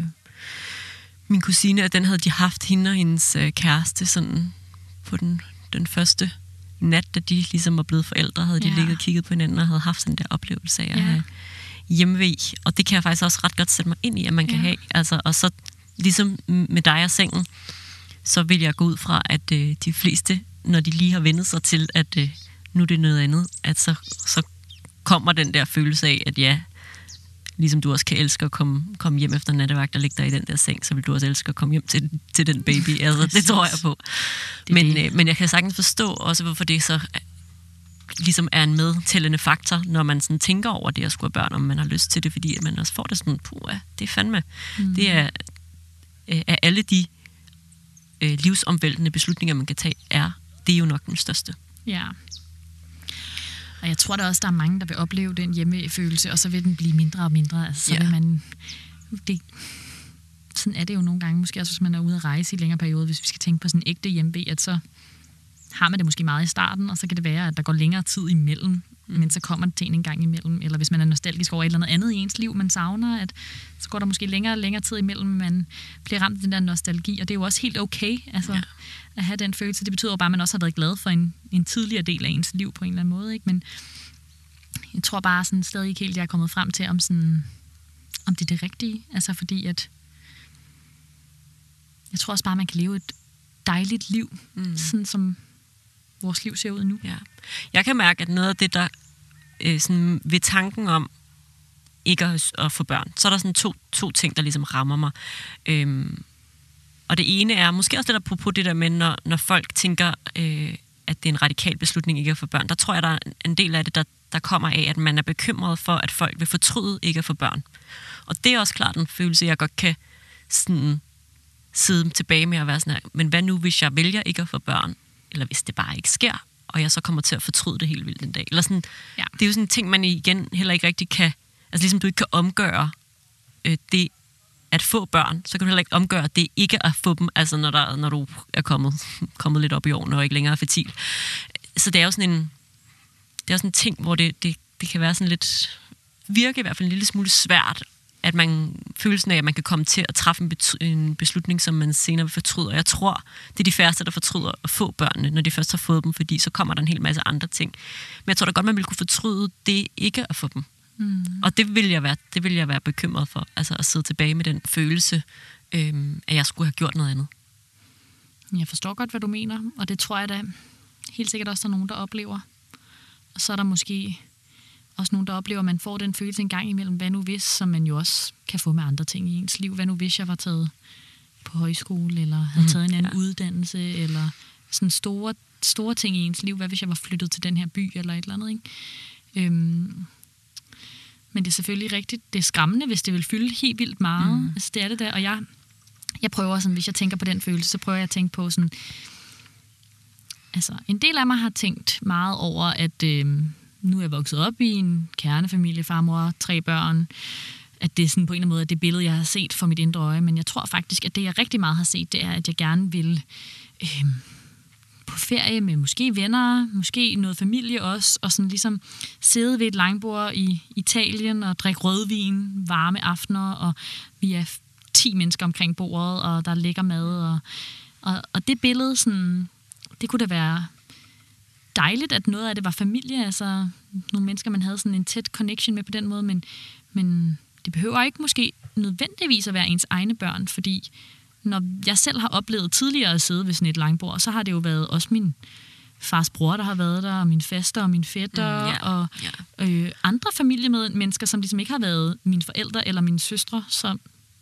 min kusine, at den havde de haft hende og hendes øh, kæreste sådan på den, den første nat, da de ligesom var blevet forældre, havde de Ja. ligget og kigget på hinanden og havde haft sådan der oplevelse af at Ja. have hjemve. Og det kan jeg faktisk også ret godt sætte mig ind i, at man kan Ja. have. Altså, og så ligesom med dig og sengen, så vil jeg gå ud fra, at øh, de fleste, når de lige har vendet sig til, at øh, nu er det noget andet, at så, så kommer den der følelse af, at ja, ligesom du også kan elske at komme, komme hjem efter nattevagt og ligge der i den der seng, så vil du også elske at komme hjem til, til den baby. Altså, det tror jeg på. Det er Men, det. øh, men jeg kan sagtens forstå også, hvorfor det så øh, ligesom er en medtællende faktor, når man sådan tænker over det at skulle have børn, om man har lyst til det, fordi at man også får det sådan, puh, det er fandme. Mm. Det er øh, af alle de øh, livsomvæltende beslutninger, man kan tage, er det er jo nok den største. Ja. Og jeg tror da også, der er mange, der vil opleve den hjemmefølelse, og så vil den blive mindre og mindre. Altså, så Ja. vil man... Det, sådan er det jo nogle gange, måske også hvis man er ude at rejse i længere periode, hvis vi skal tænke på sådan en ægte hjemme, at så har man det måske meget i starten, og så kan det være, at der går længere tid imellem, mm. men så kommer det til en gang imellem. Eller hvis man er nostalgisk over et eller andet andet i ens liv, man savner, at så går der måske længere og længere tid imellem, man bliver ramt af den der nostalgi, og det er jo også helt okay, altså Ja. at have den følelse. Det betyder jo bare, at man også har været glad for en, en tidligere del af ens liv på en eller anden måde, ikke? Men jeg tror bare sådan stadig ikke helt, jeg er kommet frem til, om, sådan, om det er det rigtige. Altså fordi, at jeg tror også bare, man kan leve et dejligt liv, mm. sådan som vores liv ser ud nu. Ja. Jeg kan mærke, at noget af det, der øh, sådan, ved tanken om ikke at, at få børn, så er der sådan to, to ting, der ligesom rammer mig. Øhm, og det ene er måske også lidt apropos det der med, når, når folk tænker, øh, at det er en radikal beslutning ikke at få børn. Der tror jeg, der er en del af det, der, der kommer af, at man er bekymret for, at folk vil fortryde ikke at få børn. Og det er også klart en følelse, jeg godt kan sådan, sidde tilbage med at være sådan her, men hvad nu, hvis jeg vælger ikke at få børn? Eller hvis det bare ikke sker, og jeg så kommer til at fortryde det helt vildt en dag. Eller sådan, Ja. det er jo sådan en ting, man igen heller ikke rigtig kan... Altså ligesom du ikke kan omgøre øh, det at få børn, så kan du heller ikke omgøre det ikke at få dem, altså når, der, når du er kommet, kommet lidt op i årene og ikke længere er fertil. Så det er jo sådan en, det er jo sådan en ting, hvor det, det, det kan være sådan lidt, virke i hvert fald en lille smule svært, at man følelsen af, at man kan komme til at træffe en, bet- en beslutning, som man senere vil fortryde. Og jeg tror, det er de færreste, der fortryder at få børnene, når de først har fået dem, fordi så kommer der en hel masse andre ting. Men jeg tror da godt, man ville kunne fortryde det ikke at få dem. Mm. Og det vil jeg være, det vil jeg være bekymret for, altså at sidde tilbage med den følelse, øhm, at jeg skulle have gjort noget andet. Jeg forstår godt, hvad du mener, og det tror jeg da helt sikkert også, der er nogen, der oplever. Og så er der måske også nogen, der oplever, at man får den følelse en gang imellem, hvad nu hvis, som man jo også kan få med andre ting i ens liv. Hvad nu hvis jeg var taget på højskole, eller havde taget en anden ja. uddannelse, eller sådan store, store ting i ens liv. Hvad hvis jeg var flyttet til den her by, eller et eller andet, ikke? Øhm, men det er selvfølgelig rigtigt. Det er skræmmende, hvis det vil fylde helt vildt meget. Mm. Altså, det er det der. Og jeg, jeg prøver sådan, hvis jeg tænker på den følelse, så prøver jeg at tænke på sådan, altså, en del af mig har tænkt meget over, at øh, nu er jeg vokset op i en kernefamilie, farmor, tre børn, at det er sådan på en eller anden måde det billede, jeg har set for mit indre øje, men jeg tror faktisk, at det, jeg rigtig meget har set, det er, at jeg gerne vil øh, på ferie med måske venner, måske noget familie også, og sådan ligesom sidde ved et langbord i Italien og drikke rødvin, varme aftener, og vi er ti mennesker omkring bordet, og der ligger mad, og, og, og det billede, sådan, det kunne da være dejligt, at noget af det var familie, altså nogle mennesker, man havde sådan en tæt connection med på den måde, men, men det behøver ikke måske nødvendigvis at være ens egne børn, fordi når jeg selv har oplevet tidligere at sidde ved sådan et langbord, så har det jo været også min fars bror, der har været der, og min faster og min fætter, mm, yeah, og yeah. Øh, andre familiemennesker, som ligesom ikke har været mine forældre eller mine søstre. Så,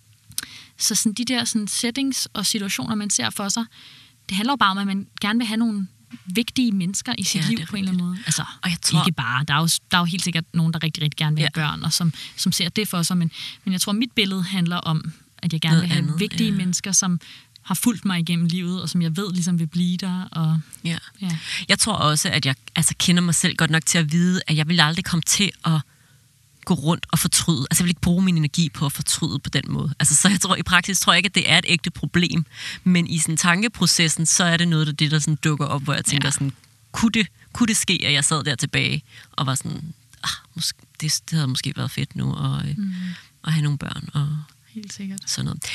så sådan de der sådan settings og situationer, man ser for sig, det handler jo bare om, at man gerne vil have nogle vigtige mennesker i sit ja, liv på en eller anden måde. Altså, og jeg tror, ikke bare. Der er, jo, der er jo helt sikkert nogen, der rigtig, rigtig gerne vil have ja. børn, og som, som ser det for sig. Men, men jeg tror, mit billede handler om, at jeg gerne noget vil have andet, vigtige ja. mennesker, som har fulgt mig igennem livet, og som jeg ved ligesom vil blive der. Og, ja. Ja. Jeg tror også, at jeg altså, kender mig selv godt nok til at vide, at jeg vil aldrig komme til at gå rundt og fortryde. Altså jeg vil ikke bruge min energi på at fortryde på den måde. Altså så jeg tror, i praksis tror jeg ikke, at det er et ægte problem. Men i sådan tankeprocessen, så er det noget af det, der sådan dukker op, hvor jeg tænker ja. sådan, kunne det, kunne det ske, at jeg sad der tilbage og var sådan, ah, måske, det, det havde måske været fedt nu at, mm. at have nogle børn og helt sikkert. Sådan noget.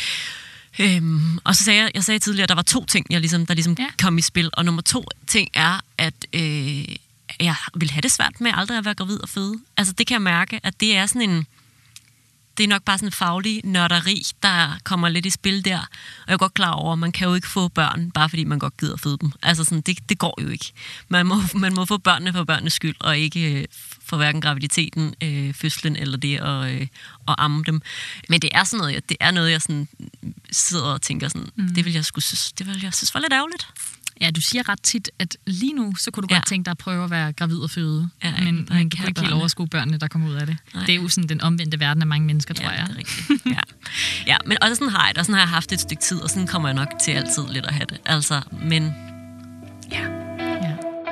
Øhm, og så sagde jeg, jeg sagde tidligere, at der var to ting, jeg ligesom, der ligesom ja. kom i spil. Og nummer to ting er, at øh, jeg vil have det svært med aldrig at være gravid og føde. Altså det kan jeg mærke, at det er sådan en, det er nok bare sådan en faglig nørderi, der kommer lidt i spil der. Og jeg er godt klar over, at man kan jo ikke få børn, bare fordi man godt gider at føde dem. Altså sådan, det, det går jo ikke. Man må, man må få børnene for børnenes skyld, og ikke for hverken graviditeten, øh, fødslen eller det at, øh, at amme dem. Men det er sådan noget, det er noget, jeg sådan sidder og tænker sådan, mm. det vil jeg sgu synes, det vil jeg synes var lidt ærgerligt. Ja, du siger ret tit, at lige nu, så kunne du ja. godt tænke dig at prøve at være gravid og føde. Ja, men man kan ikke helt overskue børnene, der kommer ud af det. Nej. Det er jo sådan den omvendte verden af mange mennesker, tror ja, jeg. Det er rigtigt. ja. ja, men også sådan har jeg det, og sådan har jeg haft et stykke tid, og sådan kommer jeg nok til altid lidt at have det. Altså, men ja. ja.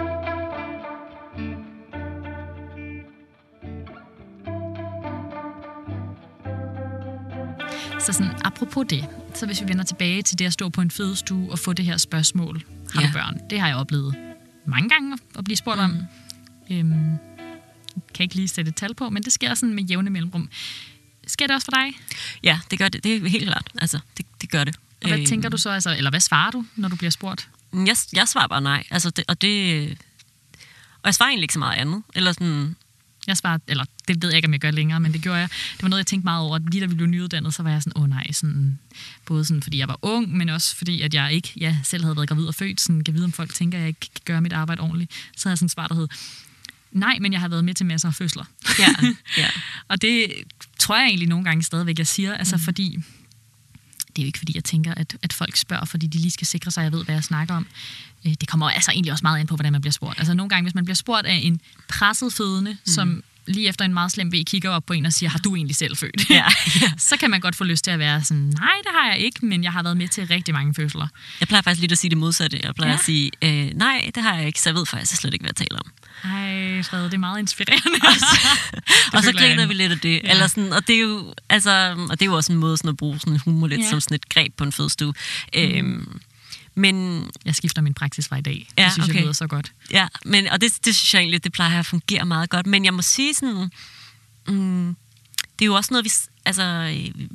Så sådan, apropos det, så hvis vi vender tilbage til det at stå på en fødestue og få det her spørgsmål, har ja. du børn? Det har jeg oplevet mange gange at blive spurgt mm. om. Øhm, kan ikke lige sætte et tal på, men det sker sådan med jævne mellemrum. Sker det også for dig? Ja, det gør det. Det er helt klart. Altså, det, det gør det. Og hvad øhm. tænker du så, altså, eller hvad svarer du, når du bliver spurgt? Jeg, jeg svarer bare nej. Altså, det, og det... Og jeg svarer egentlig ikke så meget andet. Eller sådan... Jeg svarede, eller det ved jeg ikke, om jeg gør længere, men det gjorde jeg. Det var noget, jeg tænkte meget over. Lige da vi blev nyuddannet, så var jeg sådan, åh oh, nej, sådan, både sådan, fordi jeg var ung, men også fordi, at jeg ikke ja, selv havde været gravid og født, sådan, kan vide, om folk tænker, at jeg ikke kan gøre mit arbejde ordentligt. Så havde jeg sådan et svar, der hed, nej, men jeg har været med til masser af fødsler. Ja, ja. Og det tror jeg egentlig nogle gange stadigvæk, jeg siger, altså mm. fordi... Det er jo ikke, fordi jeg tænker, at, at folk spørger, fordi de lige skal sikre sig, at jeg ved, hvad jeg snakker om. Det kommer altså egentlig også meget ind på, hvordan man bliver spurgt. Altså nogle gange, hvis man bliver spurgt af en presset fødende, mm. som lige efter en meget slem V kigger op på en og siger, har du egentlig selv født? Ja. Så kan man godt få lyst til at være sådan, nej, det har jeg ikke, men jeg har været med til rigtig mange fødsler. Jeg plejer faktisk lidt at sige det modsatte. Jeg plejer Ja. at sige, øh, nej, det har jeg ikke, så jeg ved faktisk slet ikke, hvad jeg taler om. Ej, Frede, det er meget inspirerende. Og så føler jeg griner en- vi lidt af det. Ja. Eller sådan, og, det er jo, altså, og det er jo også en måde sådan at bruge sådan humor lidt Ja. som sådan et greb på en fødestue. Mm. Øhm, men Jeg skifter min praksis fra i dag. Ja, Det synes okay. jeg lyder så godt. ja, men, og det, det synes jeg egentlig, det plejer at fungere meget godt. Men jeg må sige sådan, mm, det er jo også noget, vi, s- altså, øh,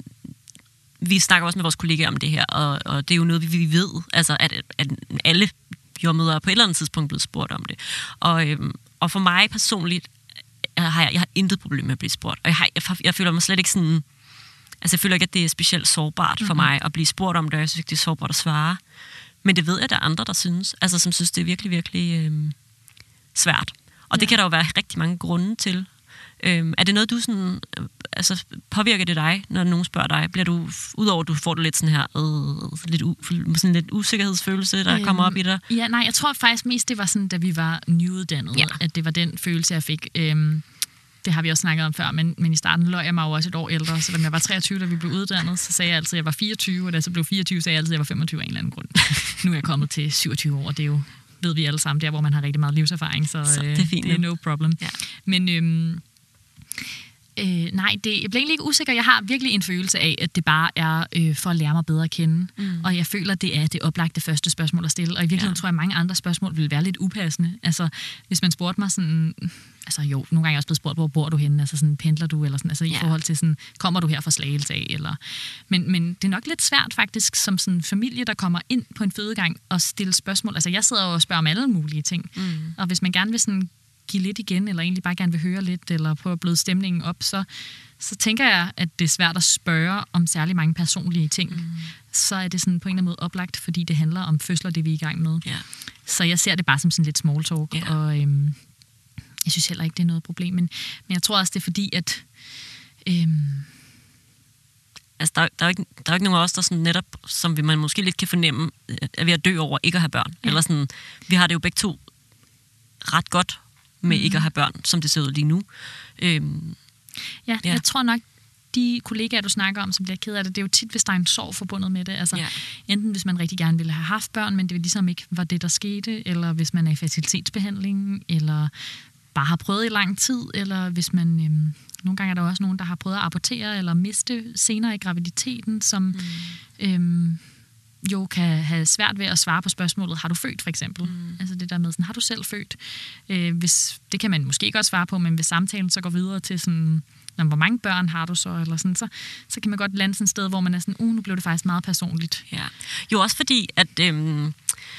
vi snakker også med vores kollegaer om det her, og, og det er jo noget, vi, vi ved, altså, at, at alle jordmødre på et eller andet tidspunkt blevet spurgt om det. Og, øhm, og for mig personligt, jeg har jeg, jeg har intet problem med at blive spurgt. Og jeg, har, jeg, jeg føler mig slet ikke sådan, altså jeg føler ikke, at det er specielt sårbart for Mhm. mig at blive spurgt om det, og jeg synes ikke, det er sårbart at svare. Men det ved jeg, at der er andre, der synes, altså som synes, det er virkelig, virkelig øhm, svært. Og det Ja. kan der jo være rigtig mange grunde til. Øhm, er det noget, du sådan, øh, altså påvirker det dig, når nogen spørger dig? Bliver du, udover at du får det lidt sådan her, øh, lidt, u, sådan lidt usikkerhedsfølelse, der øhm, kommer op i dig? Ja, nej, jeg tror faktisk mest, det var sådan, da vi var nyuddannede, Ja. at det var den følelse, jeg fik. Øhm, det har vi også snakket om før, men, men i starten løg jeg mig jo også et år ældre, så da jeg var treogtyve, da vi blev uddannet, så sagde jeg altid, at jeg var fireogtyve, og da jeg så blev fireogtyve, sagde jeg altid, at jeg var femogtyve af en eller anden grund. Nu er jeg kommet til syvogtyve år, og det er jo, ved vi alle sammen, der hvor man har rigtig meget livserfaring, så, Så det er øh, fint, det er ja. no problem. Ja. Men øhm, øh, nej, det, jeg bliver egentlig ikke usikker. Jeg har virkelig en følelse af, at det bare er øh, for at lære mig bedre at kende. Mm. Og jeg føler, det er det oplagte første spørgsmål at stille. Og i virkeligheden Ja. tror jeg, at mange andre spørgsmål ville være lidt upassende. Altså, hvis man spurgte mig sådan... Altså jo, nogle gange er jeg også blevet spurgt, hvor bor du henne? Altså sådan, pendler du? Eller sådan, altså i Ja. forhold til sådan, kommer du her fra Slagelse af? Eller, men, men det er nok lidt svært faktisk, som sådan en familie, der kommer ind på en fødegang og stille spørgsmål. Altså jeg sidder jo og spørger om alle mulige ting. Mm. Og hvis man gerne vil sådan give lidt igen, eller egentlig bare gerne vil høre lidt, eller prøve at bløde stemningen op, så, så tænker jeg, at det er svært at spørge om særlig mange personlige ting. Mm. Så er det sådan på en eller anden måde oplagt, fordi det handler om fødsler, det vi er i gang med. Ja. Så jeg ser det bare som sådan lidt small talk, Ja. og øhm, jeg synes heller ikke, det er noget problem. Men, men jeg tror også, det er fordi, at... Øhm, Altså, der, der, er jo ikke, der er jo ikke nogen af os, der sådan netop, som vi man måske lidt kan fornemme, er ved at dø over ikke at have børn. Ja. Eller sådan, vi har det jo begge to ret godt med Mhm. ikke at have børn, som det ser ud lige nu. Øhm, ja, Ja. ja, jeg tror nok, de kollegaer, du snakker om, som bliver ked af det, det er jo tit, hvis der er en sorg forbundet med det. Altså, Ja. enten hvis man rigtig gerne ville have haft børn, men det ligesom ikke var det, der skete, eller hvis man er i fertilitetsbehandling, eller bare har prøvet i lang tid, eller hvis man... Øhm, nogle gange er der også nogen, der har prøvet at abortere eller miste senere i graviditeten, som mm. øhm, jo kan have svært ved at svare på spørgsmålet, har du født, for eksempel? Mm. Altså det der med, sådan, har du selv født? Øh, hvis, det kan man måske godt svare på, men hvis samtalen så går videre til sådan, når, hvor mange børn har du så, eller sådan, så, så kan man godt lande sådan et sted, hvor man er sådan, uh, nu blev det faktisk meget personligt. ja. Jo, også fordi, at øhm,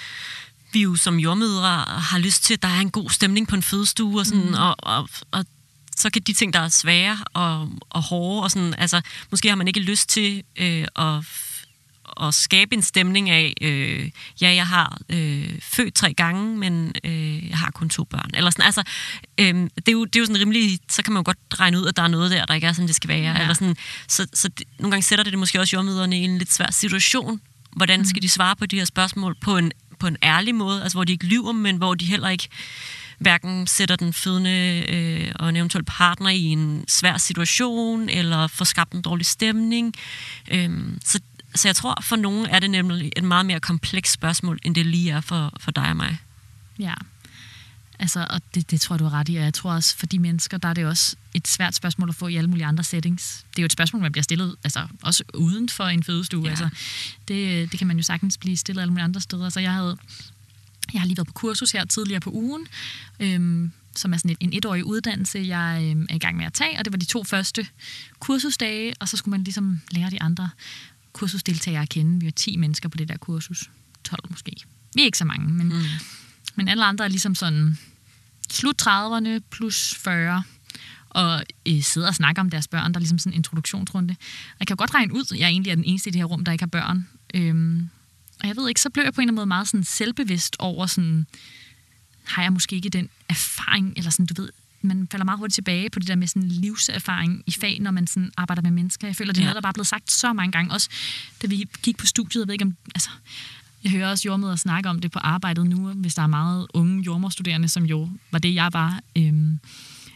vi jo som jordmødre har lyst til, at der er en god stemning på en fødestue, og, sådan, mm. og, og, og så kan de ting, der er svære og, og hårde, og sådan, altså, måske har man ikke lyst til øh, at, at skabe en stemning af, øh, ja, jeg har øh, født tre gange, men øh, jeg har kun to børn. Eller sådan, altså, øh, det, er jo, det er jo sådan rimelig, så kan man jo godt regne ud, at der er noget der, der ikke er, som det skal være. Ja. Eller sådan, så så det, nogle gange sætter det, det måske også jordmødrene i en lidt svær situation. Hvordan skal de svare på de her spørgsmål på en, på en ærlig måde, altså hvor de ikke lyver, men hvor de heller ikke hverken sætter den fødende øh, og en eventuel partner i en svær situation, eller får skabt en dårlig stemning. Øhm, så, så jeg tror, for nogen er det nemlig et meget mere komplekst spørgsmål, end det lige er for, for dig og mig. Ja, altså, og det, det tror jeg, du har ret i, og jeg tror også, for de mennesker, der er det også et svært spørgsmål at få i alle mulige andre settings. Det er jo et spørgsmål, man bliver stillet, altså også uden for en fødestue. Ja. Altså, det, det kan man jo sagtens blive stillet alle mulige andre steder. Så jeg havde, jeg har lige været på kursus her tidligere på ugen, øhm, som er sådan et, en etårig uddannelse, jeg øhm, er i gang med at tage, og det var de to første kursusdage, og så skulle man ligesom lære de andre kursusdeltagere at kende. Vi var ti mennesker på det der kursus. tolv måske. Vi er ikke så mange, men, mm. men alle andre er ligesom sådan slut trediverne plus fyrre, og øh, sidder og snakker om deres børn. Der er ligesom sådan en introduktionsrunde. Og jeg kan jo godt regne ud, at jeg egentlig er den eneste i det her rum, der ikke har børn. Øhm, og jeg ved ikke, så blev jeg på en eller anden måde meget sådan selvbevidst over sådan, har jeg måske ikke den erfaring, eller sådan, du ved, man falder meget hurtigt tilbage på det der med sådan livserfaring i fag, når man sådan arbejder med mennesker. Jeg føler, det er Ja. noget, der bare er blevet sagt så mange gange. Også da vi gik på studiet, jeg ved ikke om, altså, jeg hører også jordmødre snakke om det på arbejdet nu, hvis der er meget unge jordmorstuderende, som jo var det, jeg var, øhm,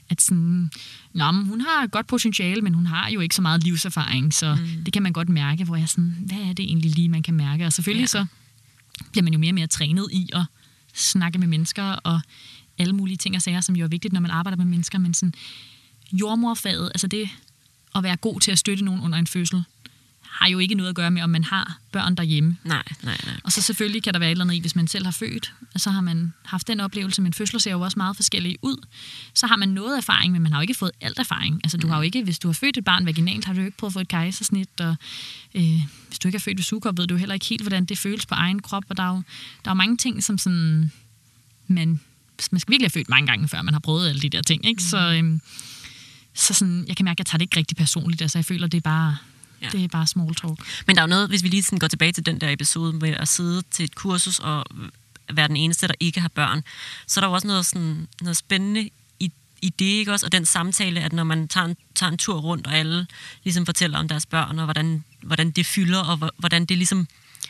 at sådan, nå, men hun har godt potentiale, men hun har jo ikke så meget livserfaring, så mm. det kan man godt mærke, hvor jeg sådan, hvad er det egentlig lige, man kan mærke? Og selvfølgelig ja. så bliver man jo mere og mere trænet i at snakke med mennesker, og alle mulige ting og sager, som jo er vigtigt, når man arbejder med mennesker, men sådan jordmorfaget, altså det at være god til at støtte nogen under en fødsel, har jo ikke noget at gøre med, om man har børn derhjemme. Nej, nej, nej. Og så selvfølgelig kan der være et eller andet i, hvis man selv har født, og så har man haft den oplevelse, men fødsler ser jo også meget forskellige ud. Så har man noget erfaring, men man har jo ikke fået alt erfaring. Altså du har jo ikke, hvis du har født et barn vaginalt, har du jo ikke prøvet at få et kejsersnit, og øh, hvis du ikke har født ved sugekop, ved du heller ikke helt, hvordan det føles på egen krop, og der er jo, der er jo mange ting, som sådan, man, man skal virkelig have født mange gange, før man har prøvet alle de der ting, ikke? Så, øh, så sådan, jeg kan mærke, at jeg tager det ikke rigtig personligt, altså jeg føler, det er bare... Ja. Det er bare small talk. Men der er jo noget, hvis vi lige sådan går tilbage til den der episode med at sidde til et kursus og være den eneste, der ikke har børn, så er der jo også noget, sådan, noget spændende i, i det, ikke også? Og den samtale, at når man tager en, tager en tur rundt, og alle ligesom fortæller om deres børn, og hvordan, hvordan det fylder, og hvordan det ligesom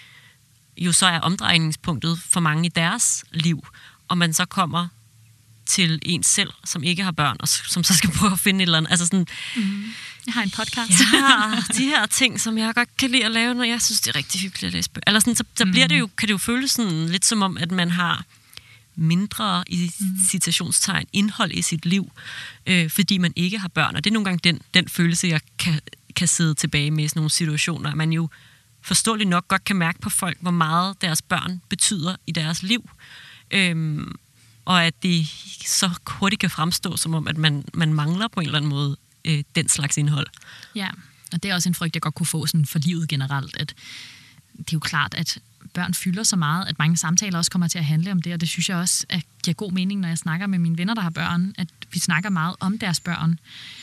jo så er omdrejningspunktet for mange i deres liv, og man så kommer til en selv, som ikke har børn, og som så skal prøve at finde et eller andet. Altså sådan, mm. Jeg har en podcast. Ja, de her ting, som jeg godt kan lide at lave, når jeg synes, det er rigtig hyggeligt at læse bøger. Eller sådan, så, så bliver det jo, kan det jo føles sådan lidt som om, at man har mindre i mm. citationstegn indhold i sit liv, øh, fordi man ikke har børn. Og det er nogle gange den, den følelse, jeg kan, kan sidde tilbage med i sådan nogle situationer. Man jo forståeligt nok godt kan mærke på folk, hvor meget deres børn betyder i deres liv. Øhm, og at det så hurtigt kan fremstå, som om, at man, man mangler på en eller anden måde øh, den slags indhold. Ja, og det er også en frygt, jeg godt kunne få sådan for livet generelt, at det er jo klart, at børn fylder så meget, at mange samtaler også kommer til at handle om det, og det synes jeg også at giver god mening, når jeg snakker med mine venner, der har børn, at vi snakker meget om deres børn.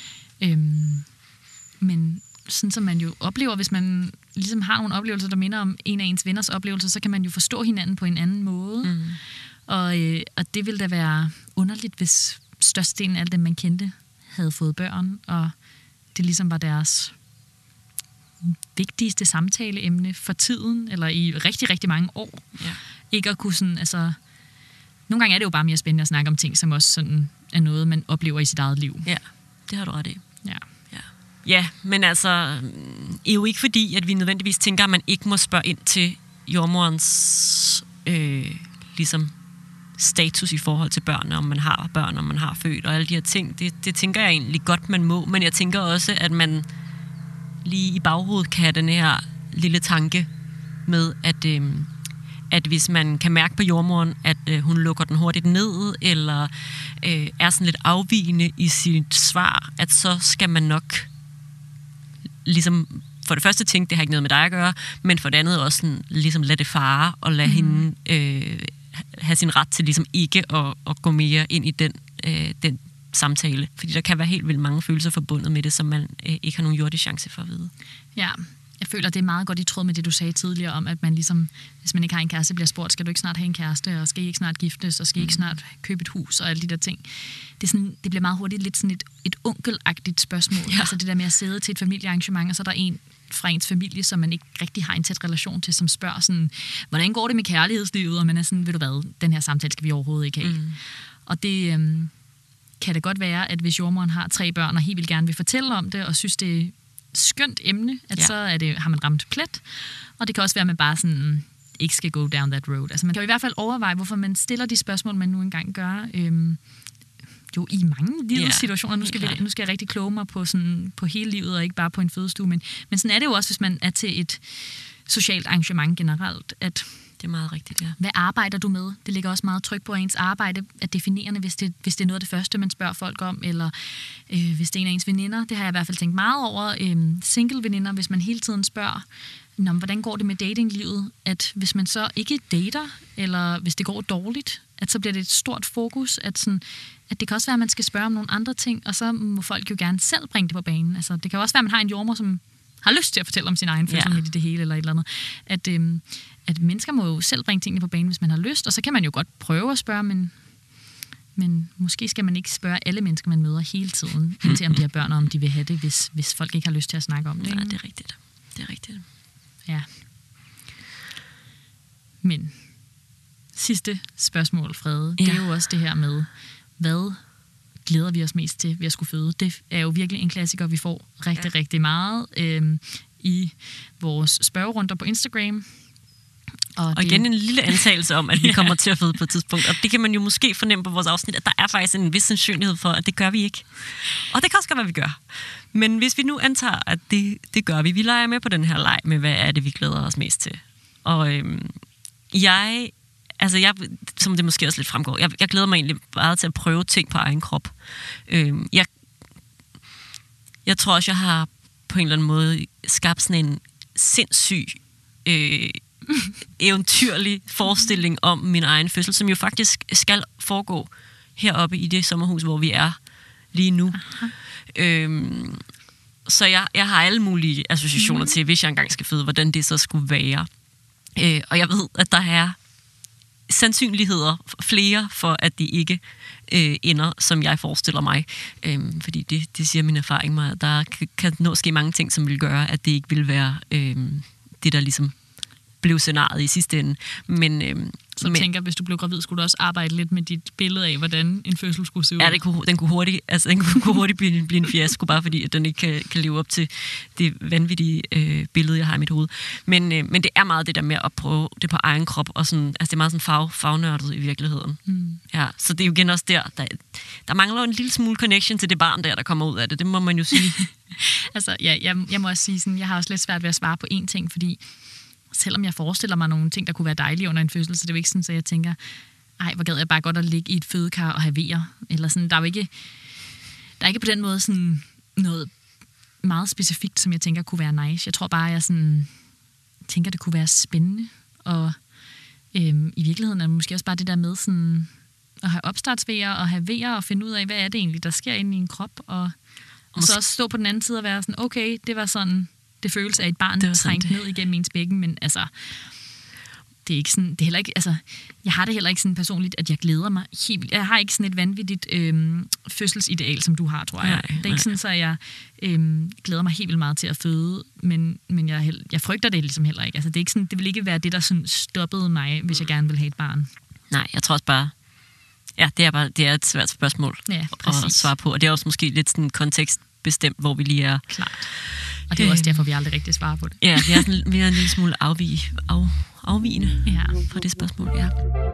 Øhm, men sådan som man jo oplever, hvis man ligesom har nogle oplevelser, der minder om en af ens venners oplevelser, så kan man jo forstå hinanden på en anden måde. Mm. Og, øh, og det ville da være underligt, hvis størstedelen af dem, man kendte, havde fået børn, og det ligesom var deres vigtigste samtaleemne for tiden, eller i rigtig, rigtig mange år. Ja. Ikke at kunne sådan, altså... Nogle gange er det jo bare mere spændende at snakke om ting, som også sådan er noget, man oplever i sit eget liv. Ja, det har du ret i. Ja. Ja, ja, men altså, det er jo ikke fordi, at vi nødvendigvis tænker, at man ikke må spørge ind til jordmorens øh, ligesom status i forhold til børn, om man har børn, om man har født, og alle de her ting. Det, det tænker jeg egentlig godt, man må, men jeg tænker også, at man lige i baghovedet kan have den her lille tanke med, at, øh, at hvis man kan mærke på jordmoren, at øh, hun lukker den hurtigt ned, eller øh, er sådan lidt afvigende i sit svar, at så skal man nok ligesom for det første tænke, det har ikke noget med dig at gøre, men for det andet også sådan, ligesom lade det fare, og lade mm. hende øh, have sin ret til ligesom ikke at, at gå mere ind i den, øh, den samtale. Fordi der kan være helt vildt mange følelser forbundet med det, som man øh, ikke har nogen jordisk chance for at vide. Ja, jeg føler, det er meget godt i tråd med det, du sagde tidligere om, at man ligesom, hvis man ikke har en kæreste, bliver spurgt, skal du ikke snart have en kæreste, og skal I ikke snart giftes, og skal I ikke snart købe et hus, og alle de der ting. Det, er sådan, det bliver meget hurtigt lidt sådan et, et onkelagtigt spørgsmål. Ja. Altså det der med at sidde til et familiearrangement, og så er der en fra ens familie, som man ikke rigtig har en tæt relation til, som spørger sådan, hvordan går det med kærlighedslivet? Og man er sådan, ved du hvad, den her samtale skal vi overhovedet ikke have. Mm. Og det øhm, kan det godt være, at hvis jordmoren har tre børn, og helt vil gerne vil fortælle om det, og synes, det er skønt emne, at ja. så er det, har man ramt plet. Og det kan også være, at man bare sådan, ikke skal go down that road. Altså man kan jo i hvert fald overveje, hvorfor man stiller de spørgsmål, man nu engang gør, øhm, jo i mange livssituationer. Nu skal, vi, nu skal jeg rigtig kloge mig på, sådan, på hele livet, og ikke bare på en fødestue. Men, men sådan er det jo også, hvis man er til et socialt arrangement generelt. At, det er meget rigtigt, ja. Hvad arbejder du med? Det ligger også meget tryk på, at ens arbejde er definerende, hvis det, hvis det er noget af det første, man spørger folk om, eller øh, hvis det er en af ens veninder. Det har jeg i hvert fald tænkt meget over. Øh, single-veninder, hvis man hele tiden spørger, Nå, hvordan går det med datinglivet? At hvis man så ikke dater, eller hvis det går dårligt, at så bliver det et stort fokus, at, sådan, at det kan også være, at man skal spørge om nogle andre ting, og så må folk jo gerne selv bringe det på banen. Altså, det kan også være, at man har en jordmor, som har lyst til at fortælle om sin egen fødsel ja. midt i det hele, eller et eller andet. At, øhm, at mennesker må jo selv bringe tingene på banen, hvis man har lyst, og så kan man jo godt prøve at spørge, men, men måske skal man ikke spørge alle mennesker, man møder hele tiden, indtil om de har børn, og om de vil have det, hvis, hvis folk ikke har lyst til at snakke om det. Nej, det er rigtigt. Det er rigtigt. Ja. Men sidste spørgsmål, Frede, ja. det er jo også det her med, hvad glæder vi os mest til ved at skulle føde? Det er jo virkelig en klassiker, vi får rigtig, ja. rigtig meget øh, i vores spørgerunder på Instagram. Og, og igen en lille antagelse om, at vi kommer til at føde på et tidspunkt. Og det kan man jo måske fornemme på vores afsnit, at der er faktisk en vis sandsynlighed for, at det gør vi ikke. Og det kan også godt være, vi gør. Men hvis vi nu antager, at det, det gør vi, vi leger med på den her leg med, hvad er det, vi glæder os mest til. Og øhm, jeg, altså jeg, som det måske også lidt fremgår, jeg, jeg glæder mig egentlig meget til at prøve ting på egen krop. Øhm, jeg, jeg tror også, jeg har på en eller anden måde skabt sådan en sindssyg øh, eventyrlig forestilling om min egen fødsel, som jo faktisk skal foregå heroppe i det sommerhus, hvor vi er lige nu. Øhm, så jeg, jeg har alle mulige associationer mm. til, hvis jeg engang skal føde, hvordan det så skulle være. Øh, og jeg ved, at der er sandsynligheder flere for, at de ikke øh, ender, som jeg forestiller mig. Øh, fordi det, det siger min erfaring mig, at der kan, kan nå ske mange ting, som vil gøre, at det ikke vil være øh, det, der ligesom blev scenariet i sidste ende. Men, øhm, så men, tænker, hvis du blev gravid, skulle du også arbejde lidt med dit billede af, hvordan en fødsel skulle se ud? Ja, det kunne, den kunne hurtigt, altså, den kunne hurtigt blive, blive en fiasko, bare fordi at den ikke kan, kan leve op til det vanvittige øh, billede, jeg har i mit hoved. Men, øh, men det er meget det der med at prøve det på egen krop, og sådan, altså det er meget sådan fag, fagnørdet i virkeligheden. Mm. Ja, så det er jo igen også der, der, der mangler en lille smule connection til det barn der, der kommer ud af det. Det må man jo sige. altså, ja, jeg, jeg må også sige sådan, jeg har også lidt svært ved at svare på én ting, fordi selvom jeg forestiller mig nogle ting, der kunne være dejlige under en fødsel, så det er jo ikke sådan, at jeg tænker, ej, hvor gad jeg bare godt at ligge i et fødekar og have vejer. Eller sådan, der er jo ikke, der er ikke på den måde sådan noget meget specifikt, som jeg tænker kunne være nice. Jeg tror bare, jeg sådan tænker, det kunne være spændende. Og øhm, i virkeligheden er det måske også bare det der med sådan at have opstartsvejer og have vejer og finde ud af, hvad er det egentlig, der sker inde i en krop. Og, og så også stå på den anden side og være sådan, okay, det var sådan det føles af et barn trængt ned igennem ens bækken, men altså, det er ikke sådan, det er heller ikke, altså, jeg har det heller ikke sådan personligt, at jeg glæder mig helt, jeg har ikke sådan et vanvittigt øhm, fødselsideal, som du har, tror jeg. Nej, det er ikke sådan, så jeg øhm, glæder mig helt vildt meget til at føde, men, men jeg, jeg frygter det ligesom heller ikke. Altså, det er ikke sådan, det vil ikke være det, der sådan stoppede mig, hvis jeg gerne vil have et barn. Nej, jeg tror også bare, ja, det er bare, det er et svært spørgsmål ja, at svare på, og det er også måske lidt sådan kontekstbestemt, hvor vi lige er. Klart. Og det er også derfor, vi aldrig rigtig svarer på det. Ja, vi er, sådan, vi er en lille smule afvige, af, afvigende ja. fra det spørgsmål. Ja.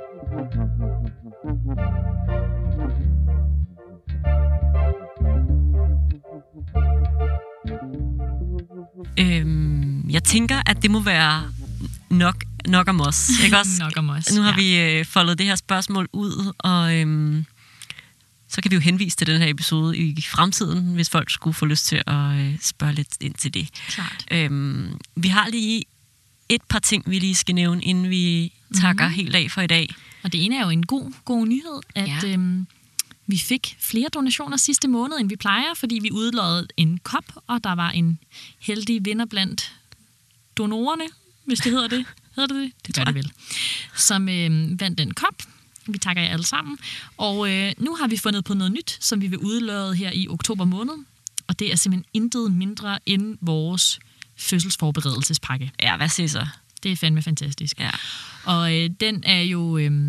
Øhm, jeg tænker, at det må være nok, nok om os. Ikke også? nok om os. Nu har ja. vi øh, foldet det her spørgsmål ud, og øhm, så kan vi jo henvise til den her episode i fremtiden, hvis folk skulle få lyst til at øh, spørge lidt ind til det. Klart. Øhm, vi har lige et par ting, vi lige skal nævne, inden vi takker mm-hmm. helt af for i dag. Og det ene er jo en god, god nyhed, at ja. øhm, vi fik flere donationer sidste måned, end vi plejer, fordi vi udlodede en kop, og der var en heldig vinder blandt donorerne, hvis det hedder det. Hedder det det? Det gør det vel. Som øh, vandt den kop. Vi takker jer alle sammen. Og øh, nu har vi fundet på noget nyt, som vi vil udlade her i oktober måned. Og det er simpelthen intet mindre end vores fødselsforberedelsespakke. Ja, hvad siger så? Det er fandme fantastisk. Ja. Og øh, den er jo øh,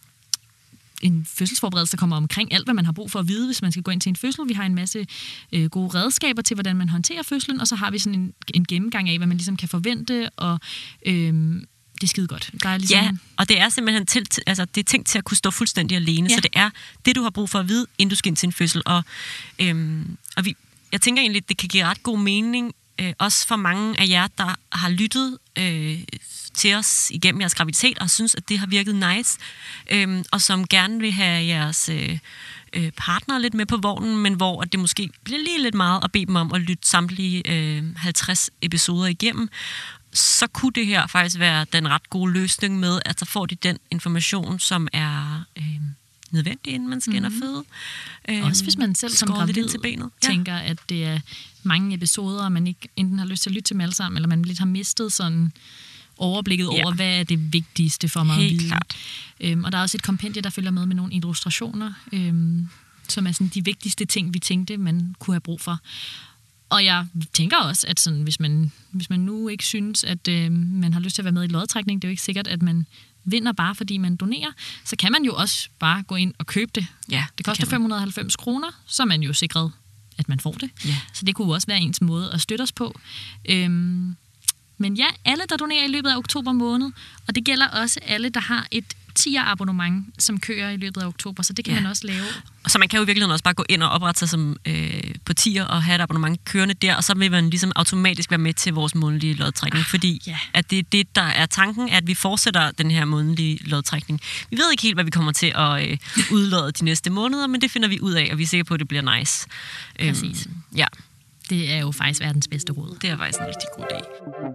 en fødselsforberedelse, der kommer omkring alt, hvad man har brug for at vide, hvis man skal gå ind til en fødsel. Vi har en masse øh, gode redskaber til, hvordan man håndterer fødslen, og så har vi sådan en, en gennemgang af, hvad man ligesom kan forvente, og øh, det er skide godt. Der er ligesom... Ja, og det er simpelthen til, altså, det er tænkt til at kunne stå fuldstændig alene, ja. Så det er det, du har brug for at vide, inden du skal ind til en fødsel. Og, øhm, og vi, jeg tænker egentlig, det kan give ret god mening, øh, også for mange af jer, der har lyttet øh, til os igennem jeres graviditet, og synes, at det har virket nice, øh, og som gerne vil have jeres øh, øh, partner lidt med på vognen, men hvor det måske bliver lige lidt meget at bede dem om at lytte samtlige øh, halvtreds episoder igennem, så kunne det her faktisk være den ret gode løsning med, at så får de den information, som er øh, nødvendig, inden man skal ind og føde. Øh, Også hvis man selv som gravid til benet. tænker, ja. at det er mange episoder, og man ikke enten har lyst til at lytte til dem alle sammen, eller man lidt har mistet sådan overblikket ja. over, hvad er det vigtigste for mig Helt at vide. Klart. Øhm, og der er også et kompendie, der følger med med nogle illustrationer, øhm, som er sådan de vigtigste ting, vi tænkte, man kunne have brug for. Og jeg tænker også, at sådan, hvis, man, hvis man nu ikke synes, at øh, man har lyst til at være med i lodtrækning, det er jo ikke sikkert, at man vinder bare fordi man donerer, så kan man jo også bare gå ind og købe det. Ja, det koster det fem hundrede og halvfems kroner, så er man jo sikret, at man får det. Ja. Så det kunne også være ens måde at støtte os på. Øhm, men ja, alle, der donerer i løbet af oktober måned, og det gælder også alle, der har et tier-abonnement, som kører i løbet af oktober, så det kan ja. man også lave. Så man kan jo i virkeligheden også bare gå ind og oprette sig som øh, på tier og have et abonnement kørende der, og så vil man ligesom automatisk være med til vores månedlige lodtrækning, ah, fordi ja. at det er det, der er tanken, at vi fortsætter den her månedlige lodtrækning. Vi ved ikke helt, hvad vi kommer til at øh, udlode de næste måneder, men det finder vi ud af, og vi er sikre på, at det bliver nice. Præcis. Øhm, ja. Det er jo faktisk verdens bedste råd. Det er faktisk en rigtig god dag.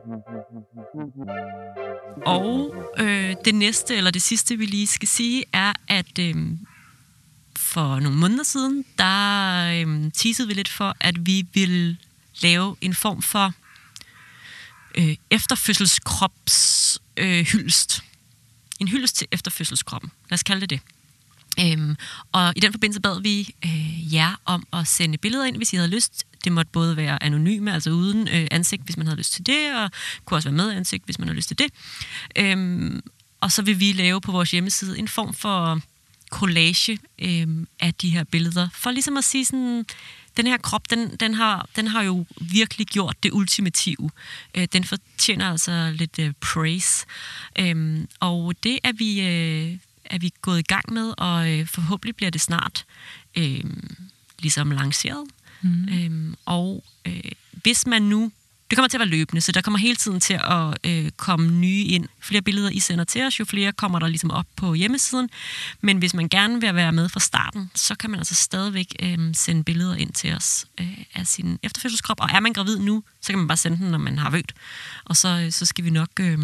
Og øh, det næste, eller det sidste, vi lige skal sige, er, at øh, for nogle måneder siden, der øh, teasede vi lidt for, at vi vil lave en form for øh, efterfødselskrops øh, hyldest. En hyldest til efterfødselskroppen. Lad os kalde det det. Øhm, og i den forbindelse bad vi øh, jer om at sende billeder ind, hvis I havde lyst. Det måtte både være anonyme, altså uden øh, ansigt, hvis man havde lyst til det, og kunne også være med ansigt, hvis man havde lyst til det. Øhm, og så vil vi lave på vores hjemmeside en form for collage øh, af de her billeder, for ligesom at sige sådan, den her krop, den, den, har, den har jo virkelig gjort det ultimative. Øh, den fortjener altså lidt øh, praise. Øh, og det er vi... Øh, er vi gået i gang med, og øh, forhåbentlig bliver det snart øh, ligesom lanceret. Mm. Øhm, og øh, hvis man nu... Det kommer til at være løbende, så der kommer hele tiden til at øh, komme nye ind. Flere billeder, I sender til os, jo flere kommer der ligesom op på hjemmesiden. Men hvis man gerne vil være med fra starten, så kan man altså stadigvæk øh, sende billeder ind til os øh, af sin efterfødselskrop. Og er man gravid nu, så kan man bare sende den, når man har født. Og så, så skal vi nok øh,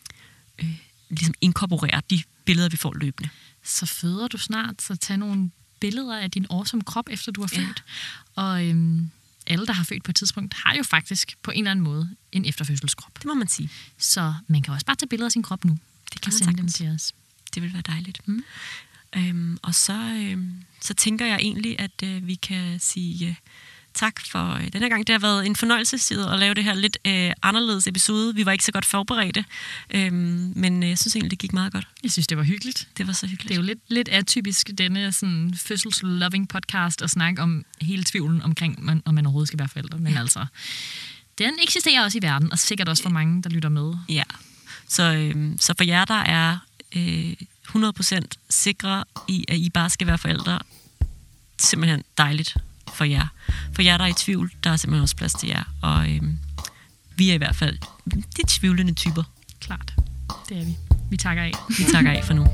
øh, ligesom inkorporere de billeder, vi får løbende. Så føder du snart, så tag nogle billeder af din awesome krop, efter du har født. Ja. Og øhm, alle, der har født på et tidspunkt, har jo faktisk på en eller anden måde en efterfødselskrop. Det må man sige. Så man kan også bare tage billeder af sin krop nu. Det kan og man sende dem til os. Det vil være dejligt. Mm. Øhm, og så, øhm, så tænker jeg egentlig, at øh, vi kan sige... Øh, tak for øh, denne gang. Det har været en fornøjelse at lave det her lidt øh, anderledes episode. Vi var ikke så godt forberedte, øhm, men øh, jeg synes egentlig, det gik meget godt. Jeg synes, det var hyggeligt. Det var så hyggeligt. Det er jo lidt, lidt atypisk, denne sådan, fødselsloving podcast, at snakke om hele tvivlen omkring, man, om man overhovedet skal være forældre. Men ja. altså, den eksisterer også i verden, og sikkert også for mange, der lytter med. Ja, så, øh, så for jer, der er øh, hundrede procent sikre i, at I bare skal være forældre, simpelthen dejligt for jer. For jer, der er i tvivl, der er simpelthen også plads til jer. Og øhm, vi er i hvert fald de tvivlende typer. Klart. Det er vi. Vi takker af. Vi takker af for nu.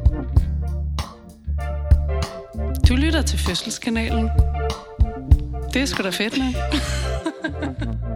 Du lytter til Fødselskanalen. Det er sgu da fedt, mand.